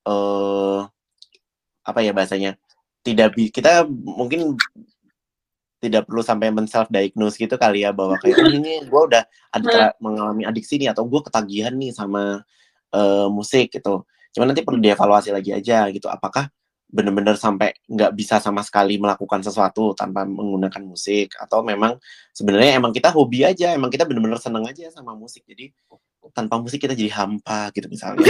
apa ya bahasanya, kita mungkin tidak perlu sampai men-self diagnose gitu kali ya, bahwa kayak ini gue udah mengalami adiksi nih, atau gue ketagihan nih sama musik gitu. Cuma nanti perlu dievaluasi lagi aja gitu, apakah benar-benar sampai nggak bisa sama sekali melakukan sesuatu tanpa menggunakan musik, atau memang sebenarnya emang kita hobi aja, emang kita benar-benar seneng aja sama musik, jadi tanpa musik kita jadi hampa gitu misalnya.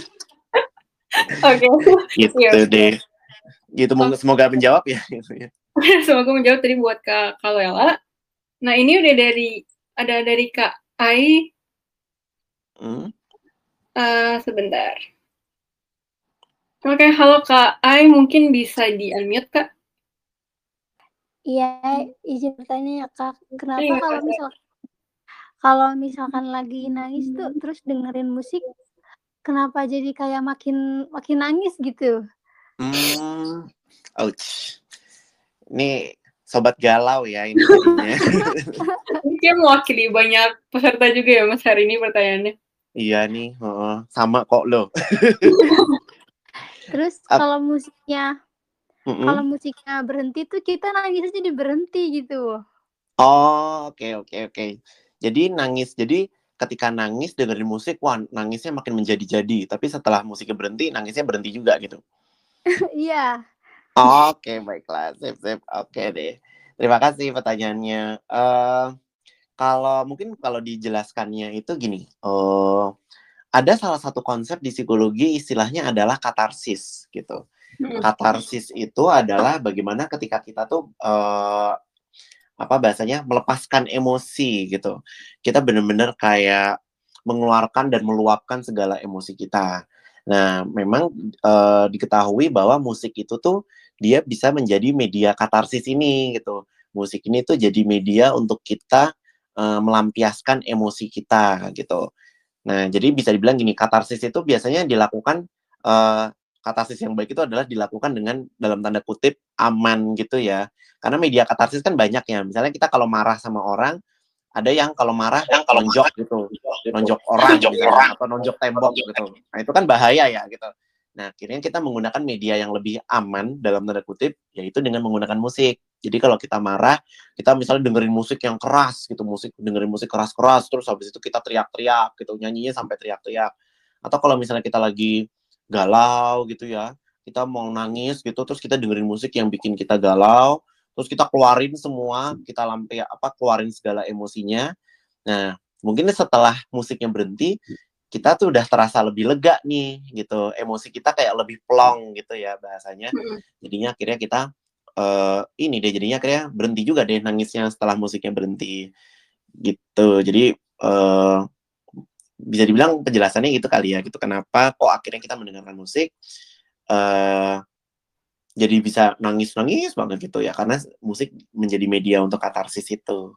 Oke. Gitu deh. Gitu, semoga menjawab ya. Semoga menjawab tadi buat Kak Loela. Nah ini udah dari Kak Ai. Sebentar. Oke, halo Kak Ai, mungkin bisa di-unmute Kak? Iya, izin bertanya ya Kak, kenapa kalau misalkan lagi nangis tuh terus dengerin musik, kenapa jadi kayak makin nangis gitu? Ouch. Ini sobat galau ya ini jadinya. Mungkin mewakili banyak peserta juga ya Mas hari ini pertanyaannya. Iya nih, sama kok lo. Terus kalau musiknya berhenti tuh kita nangisnya jadi berhenti gitu. Oh, oke. Jadi ketika nangis dengerin musik, wah nangisnya makin menjadi-jadi. Tapi setelah musiknya berhenti, nangisnya berhenti juga gitu. Iya. Oke, baiklah, sip. Oke deh. Terima kasih pertanyaannya. Kalau dijelaskannya itu gini, ada salah satu konsep di psikologi istilahnya adalah katarsis gitu. Katarsis itu adalah bagaimana ketika kita tuh melepaskan emosi gitu. Kita benar-benar kayak mengeluarkan dan meluapkan segala emosi kita. Nah, memang diketahui bahwa musik itu tuh dia bisa menjadi media katarsis ini gitu. Musik ini tuh jadi media untuk kita melampiaskan emosi kita gitu. Nah, jadi bisa dibilang gini, katarsis itu biasanya dilakukan, katarsis yang baik itu adalah dilakukan dengan dalam tanda kutip aman gitu ya. Karena media katarsis kan banyak ya. Misalnya kita kalau marah sama orang, ada yang kalau marah nonjok gitu, nonjok orang atau nonjok tembok gitu. Nah itu kan bahaya ya gitu. Nah akhirnya kita menggunakan media yang lebih aman dalam tanda kutip, yaitu dengan menggunakan musik. Jadi kalau kita marah, kita misalnya dengerin musik yang keras gitu, dengerin musik keras-keras, terus habis itu kita teriak-teriak gitu, nyanyinya sampai teriak-teriak. Atau kalau misalnya kita lagi galau gitu ya, kita mau nangis gitu, terus kita dengerin musik yang bikin kita galau, terus kita keluarin semua, kita keluarin segala emosinya. Nah, mungkin setelah musiknya berhenti, kita tuh udah terasa lebih lega nih gitu, emosi kita kayak lebih plong gitu ya bahasanya. Jadinya akhirnya kita jadinya akhirnya berhenti juga deh nangisnya setelah musiknya berhenti gitu. Jadi bisa dibilang penjelasannya gitu kali ya gitu, kenapa kok akhirnya kita mendengarkan musik jadi bisa nangis banget gitu ya, karena musik menjadi media untuk katarsis itu.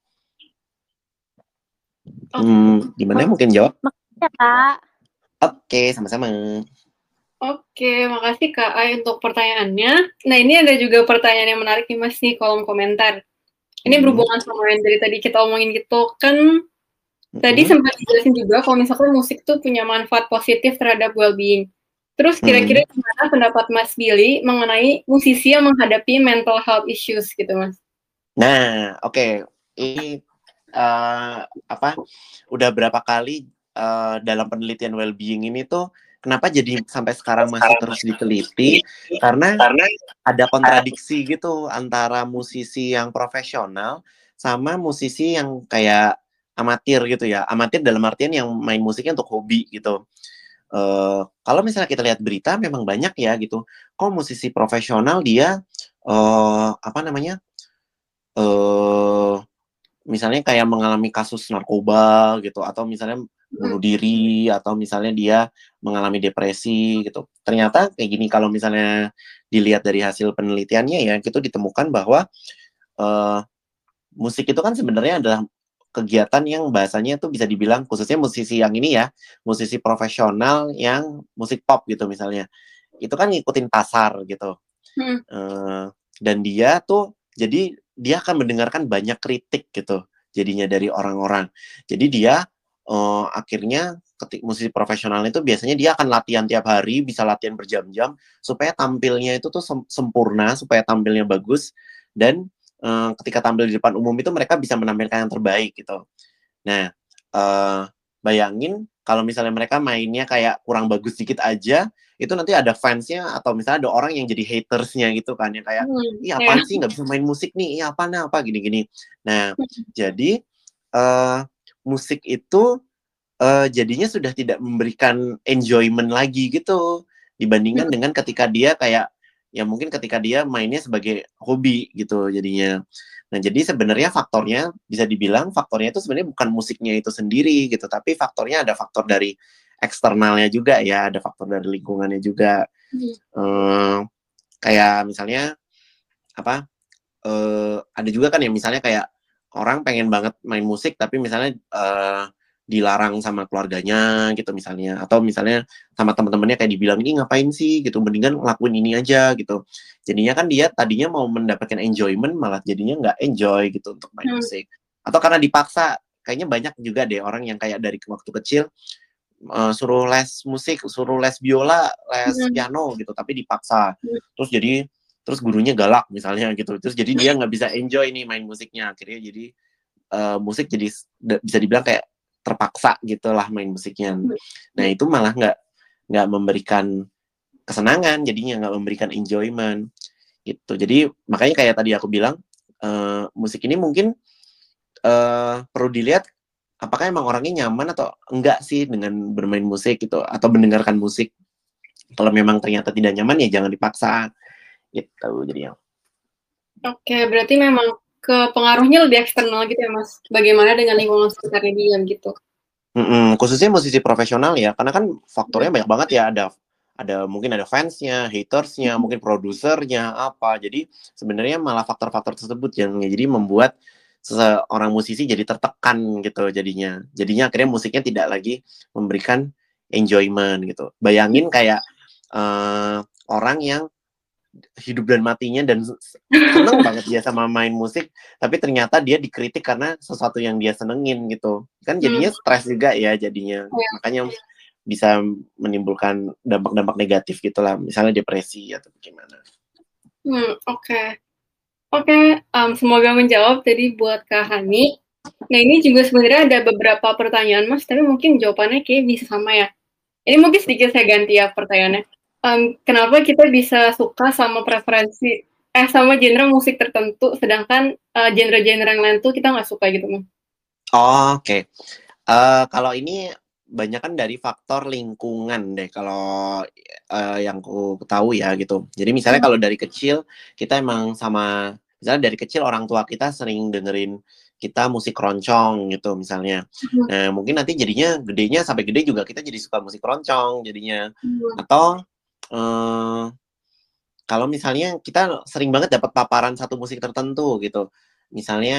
Gimana mungkin jawab? Makasih Kak. Oke, sama-sama. Oke, makasih Kak Ai untuk pertanyaannya. Nah ini ada juga pertanyaan yang menarik nih Mas nih, kolom komentar. Ini berhubungan sama yang dari tadi kita omongin gitu kan. Tadi sempat dijelasin juga kalau misalkan musik tuh punya manfaat positif terhadap well-being. Terus kira-kira gimana pendapat Mas Billy mengenai musisi yang menghadapi mental health issues gitu Mas? Nah, oke. Ini udah berapa kali dalam penelitian well-being ini tuh kenapa jadi sampai sekarang masih terus diteliti, karena ada kontradiksi gitu antara musisi yang profesional sama musisi yang kayak amatir gitu ya. Amatir dalam artian yang main musiknya untuk hobi gitu. Kalau misalnya kita lihat berita memang banyak ya gitu. Kok musisi profesional dia misalnya kayak mengalami kasus narkoba gitu, atau misalnya bunuh diri, atau misalnya dia mengalami depresi gitu. Ternyata kayak gini, kalau misalnya dilihat dari hasil penelitiannya ya, itu ditemukan bahwa musik itu kan sebenarnya adalah kegiatan yang bahasanya tuh bisa dibilang, khususnya musisi yang ini ya, musisi profesional yang musik pop gitu misalnya, itu kan ngikutin pasar gitu. Dan dia tuh, jadi dia akan mendengarkan banyak kritik gitu jadinya dari orang-orang. Jadi dia akhirnya musisi profesional itu biasanya dia akan latihan tiap hari, bisa latihan berjam-jam supaya tampilnya itu tuh sempurna, supaya tampilnya bagus, dan ketika tampil di depan umum itu mereka bisa menampilkan yang terbaik gitu. Nah, bayangin kalau misalnya mereka mainnya kayak kurang bagus dikit aja, itu nanti ada fansnya, atau misalnya ada orang yang jadi hatersnya gitu kan, yang kayak, ih apaan sih nggak bisa main musik nih, ih apa gini-gini. Nah, jadi musik itu jadinya sudah tidak memberikan enjoyment lagi gitu, dibandingkan dengan ketika dia kayak, ya mungkin ketika dia mainnya sebagai hobi gitu jadinya. Nah, jadi sebenarnya faktornya, bisa dibilang faktornya itu sebenarnya bukan musiknya itu sendiri gitu, tapi faktornya ada faktor dari eksternalnya juga ya, ada faktor dari lingkungannya juga. Kayak misalnya ada juga kan yang misalnya kayak orang pengen banget main musik tapi misalnya dilarang sama keluarganya gitu misalnya, atau misalnya sama teman-temannya kayak dibilang, ini ngapain sih gitu, mendingan ngelakuin ini aja gitu. Jadinya kan dia tadinya mau mendapatkan enjoyment, malah jadinya nggak enjoy gitu untuk main musik. Atau karena dipaksa, kayaknya banyak juga deh orang yang kayak dari waktu kecil suruh les musik, suruh les biola, les piano gitu, tapi dipaksa. Terus gurunya galak misalnya gitu, terus jadi dia nggak bisa enjoy nih main musiknya, akhirnya jadi musik jadi bisa dibilang kayak terpaksa gitulah main musiknya. Nah, itu malah nggak memberikan kesenangan, jadinya nggak memberikan enjoyment gitu. Jadi makanya kayak tadi aku bilang, musik ini mungkin perlu dilihat apakah emang orangnya nyaman atau enggak sih dengan bermain musik gitu, atau mendengarkan musik. Kalau memang ternyata tidak nyaman ya jangan dipaksa gitu jadinya. Oke, berarti memang pengaruhnya lebih eksternal gitu ya Mas, bagaimana dengan lingkungan sekitarnya dia gitu. Khususnya musisi profesional ya, karena kan faktornya banyak banget ya, ada mungkin ada fansnya, hatersnya, mungkin produsernya apa. Jadi sebenarnya malah faktor-faktor tersebut yang jadi membuat seorang musisi jadi tertekan gitu jadinya akhirnya musiknya tidak lagi memberikan enjoyment gitu. Bayangin kayak orang yang hidup dan matinya dan seneng banget dia sama main musik, tapi ternyata dia dikritik karena sesuatu yang dia senengin gitu, kan jadinya stres juga ya jadinya. Makanya bisa menimbulkan dampak-dampak negatif gitulah, misalnya depresi atau gimana. Oke, semoga menjawab tadi buat Kak Hani. Nah, ini juga sebenarnya ada beberapa pertanyaan Mas, tapi mungkin jawabannya kayak bisa sama ya. Ini mungkin sedikit saya ganti ya pertanyaannya. Kenapa kita bisa suka sama sama genre musik tertentu, sedangkan genre-genre yang lain tuh kita nggak suka gitu, Mas? Oke. Kalau ini banyak kan dari faktor lingkungan deh, kalau yang aku tahu ya gitu. Jadi misalnya kalau dari kecil kita emang misalnya dari kecil orang tua kita sering dengerin kita musik keroncong gitu misalnya. Nah, mungkin nanti jadinya gedenya sampai gede juga kita jadi suka musik keroncong jadinya. Atau kalau misalnya kita sering banget dapat paparan satu musik tertentu gitu. Misalnya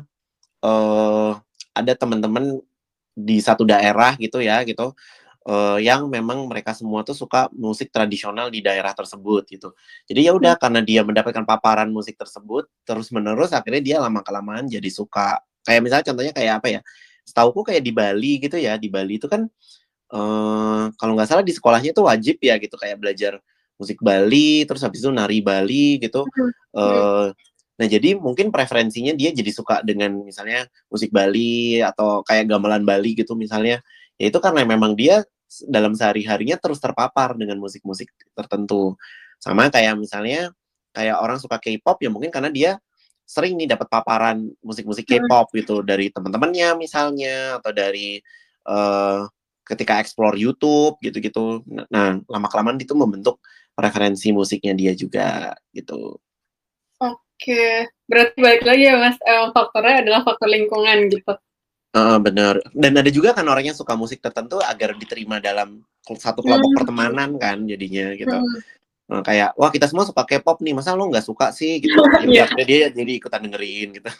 ada teman-teman di satu daerah gitu ya gitu, yang memang mereka semua tuh suka musik tradisional di daerah tersebut gitu. Jadi ya udah, karena dia mendapatkan paparan musik tersebut terus menerus, akhirnya dia lama-kelamaan jadi suka. Kayak misalnya contohnya kayak apa ya, setauku kayak di Bali gitu ya, di Bali itu kan kalau nggak salah di sekolahnya itu wajib ya gitu, kayak belajar musik Bali, terus habis itu nari Bali gitu. Nah, jadi mungkin preferensinya dia jadi suka dengan misalnya musik Bali atau kayak gamelan Bali gitu misalnya. Ya itu karena memang dia dalam sehari-harinya terus terpapar dengan musik-musik tertentu. Sama kayak misalnya kayak orang suka K-pop ya mungkin karena dia sering nih dapat paparan musik-musik K-pop gitu dari teman-temannya misalnya atau dari ketika explore YouTube gitu-gitu. Nah, lama-kelamaan itu membentuk preferensi musiknya dia juga gitu. Oke, berarti balik lagi ya Mas, faktornya adalah faktor lingkungan gitu. Bener. Dan ada juga kan orang yang suka musik tertentu agar diterima dalam satu kelompok pertemanan kan jadinya gitu. Kayak, wah kita semua suka K-pop nih, masa lo nggak suka sih gitu. Ya udah dia jadi ikutan dengerin gitu.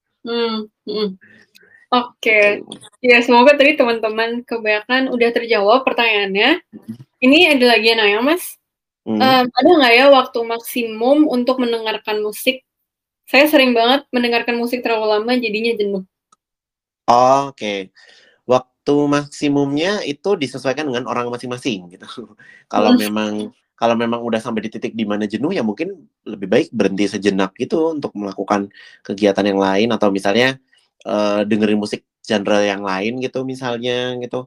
Oke. Ya semoga tadi teman-teman kebanyakan udah terjawab pertanyaannya. Ini ada lagi yang nanya Mas. Ada nggak ya waktu maksimum untuk mendengarkan musik? Saya sering banget mendengarkan musik terlalu lama jadinya jenuh. Oke. Waktu maksimumnya itu disesuaikan dengan orang masing-masing gitu. Kalau memang udah sampai di titik di mana jenuh ya mungkin lebih baik berhenti sejenak gitu untuk melakukan kegiatan yang lain atau misalnya dengerin musik genre yang lain gitu misalnya gitu.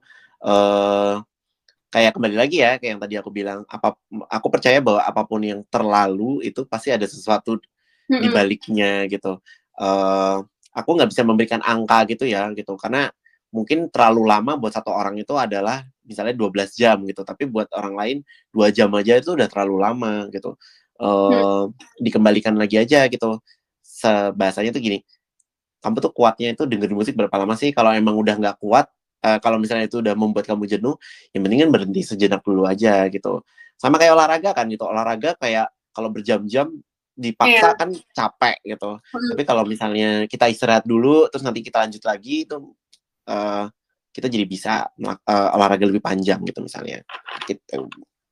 Kayak kembali lagi ya kayak yang tadi aku bilang, aku percaya bahwa apapun yang terlalu itu pasti ada sesuatu di baliknya gitu. Aku nggak bisa memberikan angka gitu ya gitu karena mungkin terlalu lama buat satu orang itu adalah misalnya 12 jam gitu, tapi buat orang lain 2 jam aja itu udah terlalu lama gitu. Dikembalikan lagi aja gitu. Bahasanya tuh gini, kamu tuh kuatnya itu dengerin musik berapa lama sih? Kalau emang udah nggak kuat, kalau misalnya itu udah membuat kamu jenuh, yang mendingan berhenti sejenak dulu aja gitu. Sama kayak olahraga kan gitu, olahraga kayak kalau berjam-jam dipaksa kan capek gitu. Tapi kalau misalnya kita istirahat dulu, terus nanti kita lanjut lagi itu kita jadi bisa olahraga lebih panjang gitu misalnya. Gitu.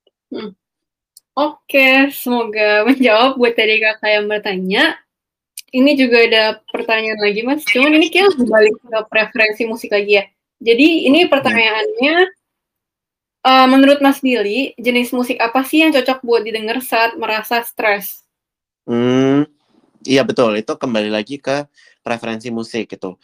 Oke, semoga menjawab buat tadi kakak yang bertanya. Ini juga ada pertanyaan lagi Mas, cuman ini kayak lebih balik ke preferensi musik lagi ya. Jadi ini pertanyaannya, menurut Mas Billy, jenis musik apa sih yang cocok buat didengar saat merasa stres? Iya betul, itu kembali lagi ke preferensi musik gitu.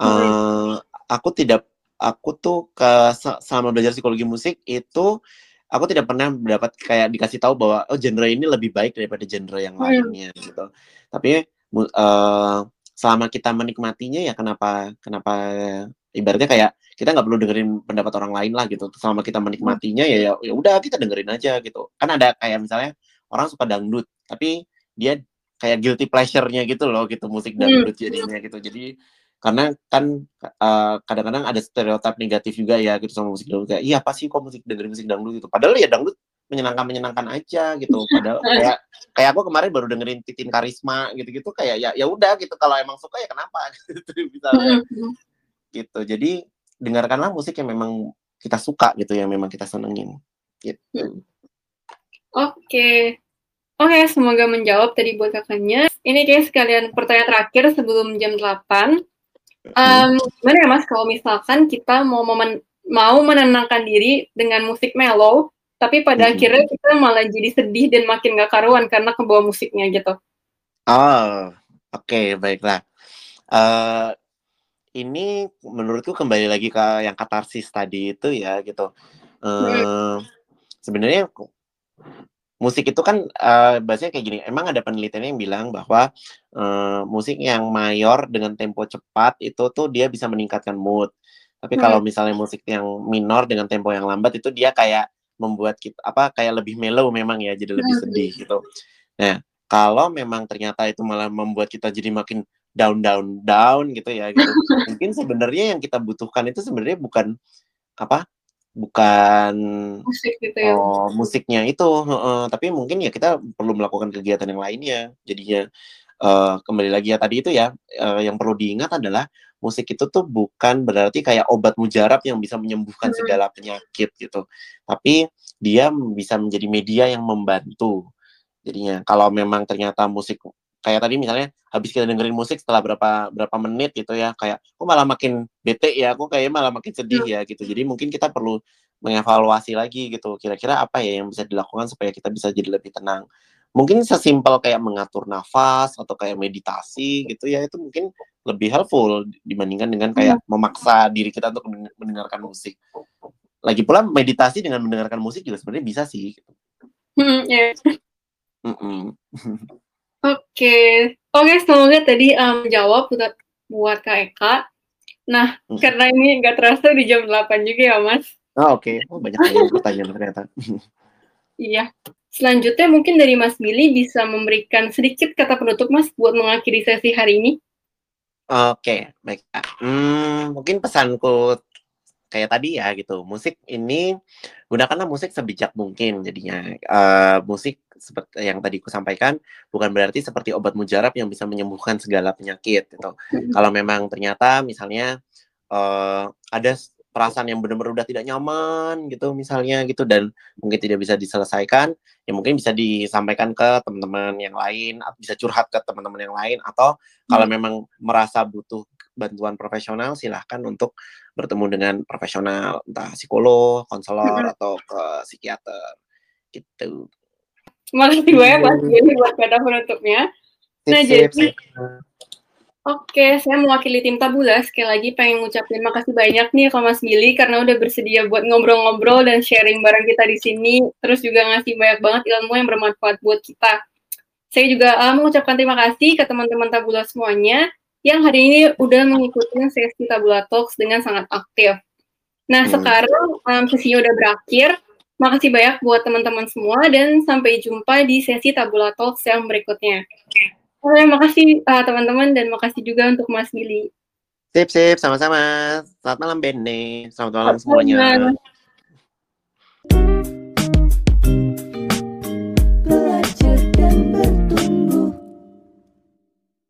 Aku tuh selama belajar psikologi musik itu aku tidak pernah mendapat kayak dikasih tahu bahwa genre ini lebih baik daripada genre yang lainnya gitu. Tapi selama kita menikmatinya ya kenapa ibaratnya kayak kita nggak perlu dengerin pendapat orang lain lah gitu. Selama kita menikmatinya ya udah kita dengerin aja gitu. Kan ada kayak misalnya orang suka dangdut tapi dia kayak guilty pleasure-nya gitu loh gitu musik dangdut jadinya gitu. Jadi karena kan kadang-kadang ada stereotip negatif juga ya gitu sama musik dangdut kayak iya apa sih kok dengerin musik dangdut gitu. Padahal ya dangdut menyenangkan aja gitu. Padahal kayak aku kemarin baru dengerin Titin Karisma gitu-gitu kayak ya udah gitu kalau emang suka ya kenapa gitu misalnya. Gitu. Jadi dengarkanlah musik yang memang kita suka gitu yang memang kita senengin gitu. Oke, semoga menjawab tadi buat kakaknya. Ini kayak sekalian pertanyaan terakhir sebelum jam 8. Gimana ya Mas kalau misalkan kita mau menenangkan diri dengan musik mellow, tapi pada akhirnya kita malah jadi sedih dan makin gak karuan karena kebawa musiknya gitu. Oke, baiklah. Ini menurutku kembali lagi ke yang katarsis tadi itu ya gitu. Sebenarnya musik itu kan bahasanya kayak gini. Emang ada penelitian yang bilang bahwa musik yang mayor dengan tempo cepat itu tuh dia bisa meningkatkan mood. Tapi kalau misalnya musik yang minor dengan tempo yang lambat itu dia kayak membuat kita kayak lebih mellow memang ya, jadi lebih sedih gitu. Nah, kalau memang ternyata itu malah membuat kita jadi makin down gitu ya gitu. Mungkin sebenarnya yang kita butuhkan itu sebenarnya bukan musik gitu ya. Musiknya itu, tapi mungkin ya kita perlu melakukan kegiatan yang lainnya. Jadinya kembali lagi ya tadi itu ya, yang perlu diingat adalah musik itu tuh bukan berarti kayak obat mujarab yang bisa menyembuhkan segala penyakit gitu. Tapi dia bisa menjadi media yang membantu. Jadinya kalau memang ternyata musik kayak tadi misalnya habis kita dengerin musik setelah berapa menit gitu ya kayak kok malah makin bete ya, kok kayak malah makin sedih ya gitu. Jadi mungkin kita perlu mengevaluasi lagi gitu. Kira-kira apa ya yang bisa dilakukan supaya kita bisa jadi lebih tenang. Mungkin sesimpel kayak mengatur nafas atau kayak meditasi gitu ya, itu mungkin lebih helpful dibandingkan dengan kayak memaksa diri kita untuk mendengarkan musik. lagi pula meditasi dengan mendengarkan musik juga sebenarnya bisa sih. Yeah. Oke, semoga tadi jawab buat Kak Eka. Nah, karena ini nggak terasa di jam 8 juga ya, Mas. Oke. Oh, banyak yang pertanyaan ternyata. Iya. Selanjutnya mungkin dari Mas Billy bisa memberikan sedikit kata penutup, Mas, buat mengakhiri sesi hari ini. Oke, baik. Mungkin pesanku kayak tadi ya gitu, musik ini gunakanlah musik sebijak mungkin jadinya. Musik seperti yang tadi ku sampaikan bukan berarti seperti obat mujarab yang bisa menyembuhkan segala penyakit gitu. Kalau memang ternyata misalnya ada perasaan yang benar-benar udah tidak nyaman gitu misalnya gitu dan mungkin tidak bisa diselesaikan, ya mungkin bisa disampaikan ke teman-teman yang lain, bisa curhat ke teman-teman yang lain, atau kalau memang merasa butuh bantuan profesional silahkan untuk bertemu dengan profesional, entah psikolog, konselor atau ke psikiater gitu. Makasih banyak Mas Billy buat kata penutupnya. Nah, jadi oke, saya mewakili tim Tabula. Sekali lagi pengen ngucapin makasih banyak nih ke Mas Billy karena udah bersedia buat ngobrol-ngobrol dan sharing bareng kita di sini. Terus juga ngasih banyak banget ilmu yang bermanfaat buat kita. Saya juga mengucapkan terima kasih ke teman-teman Tabula semuanya yang hari ini udah mengikuti sesi Tabula Talks dengan sangat aktif. Nah, sekarang sesinya udah berakhir. Makasih banyak buat teman-teman semua dan sampai jumpa di sesi Tabula Talks yang berikutnya. Terima kasih teman-teman dan makasih juga untuk Mas Billy. Sip, sama-sama. Selamat malam Benne. Selamat malam semuanya.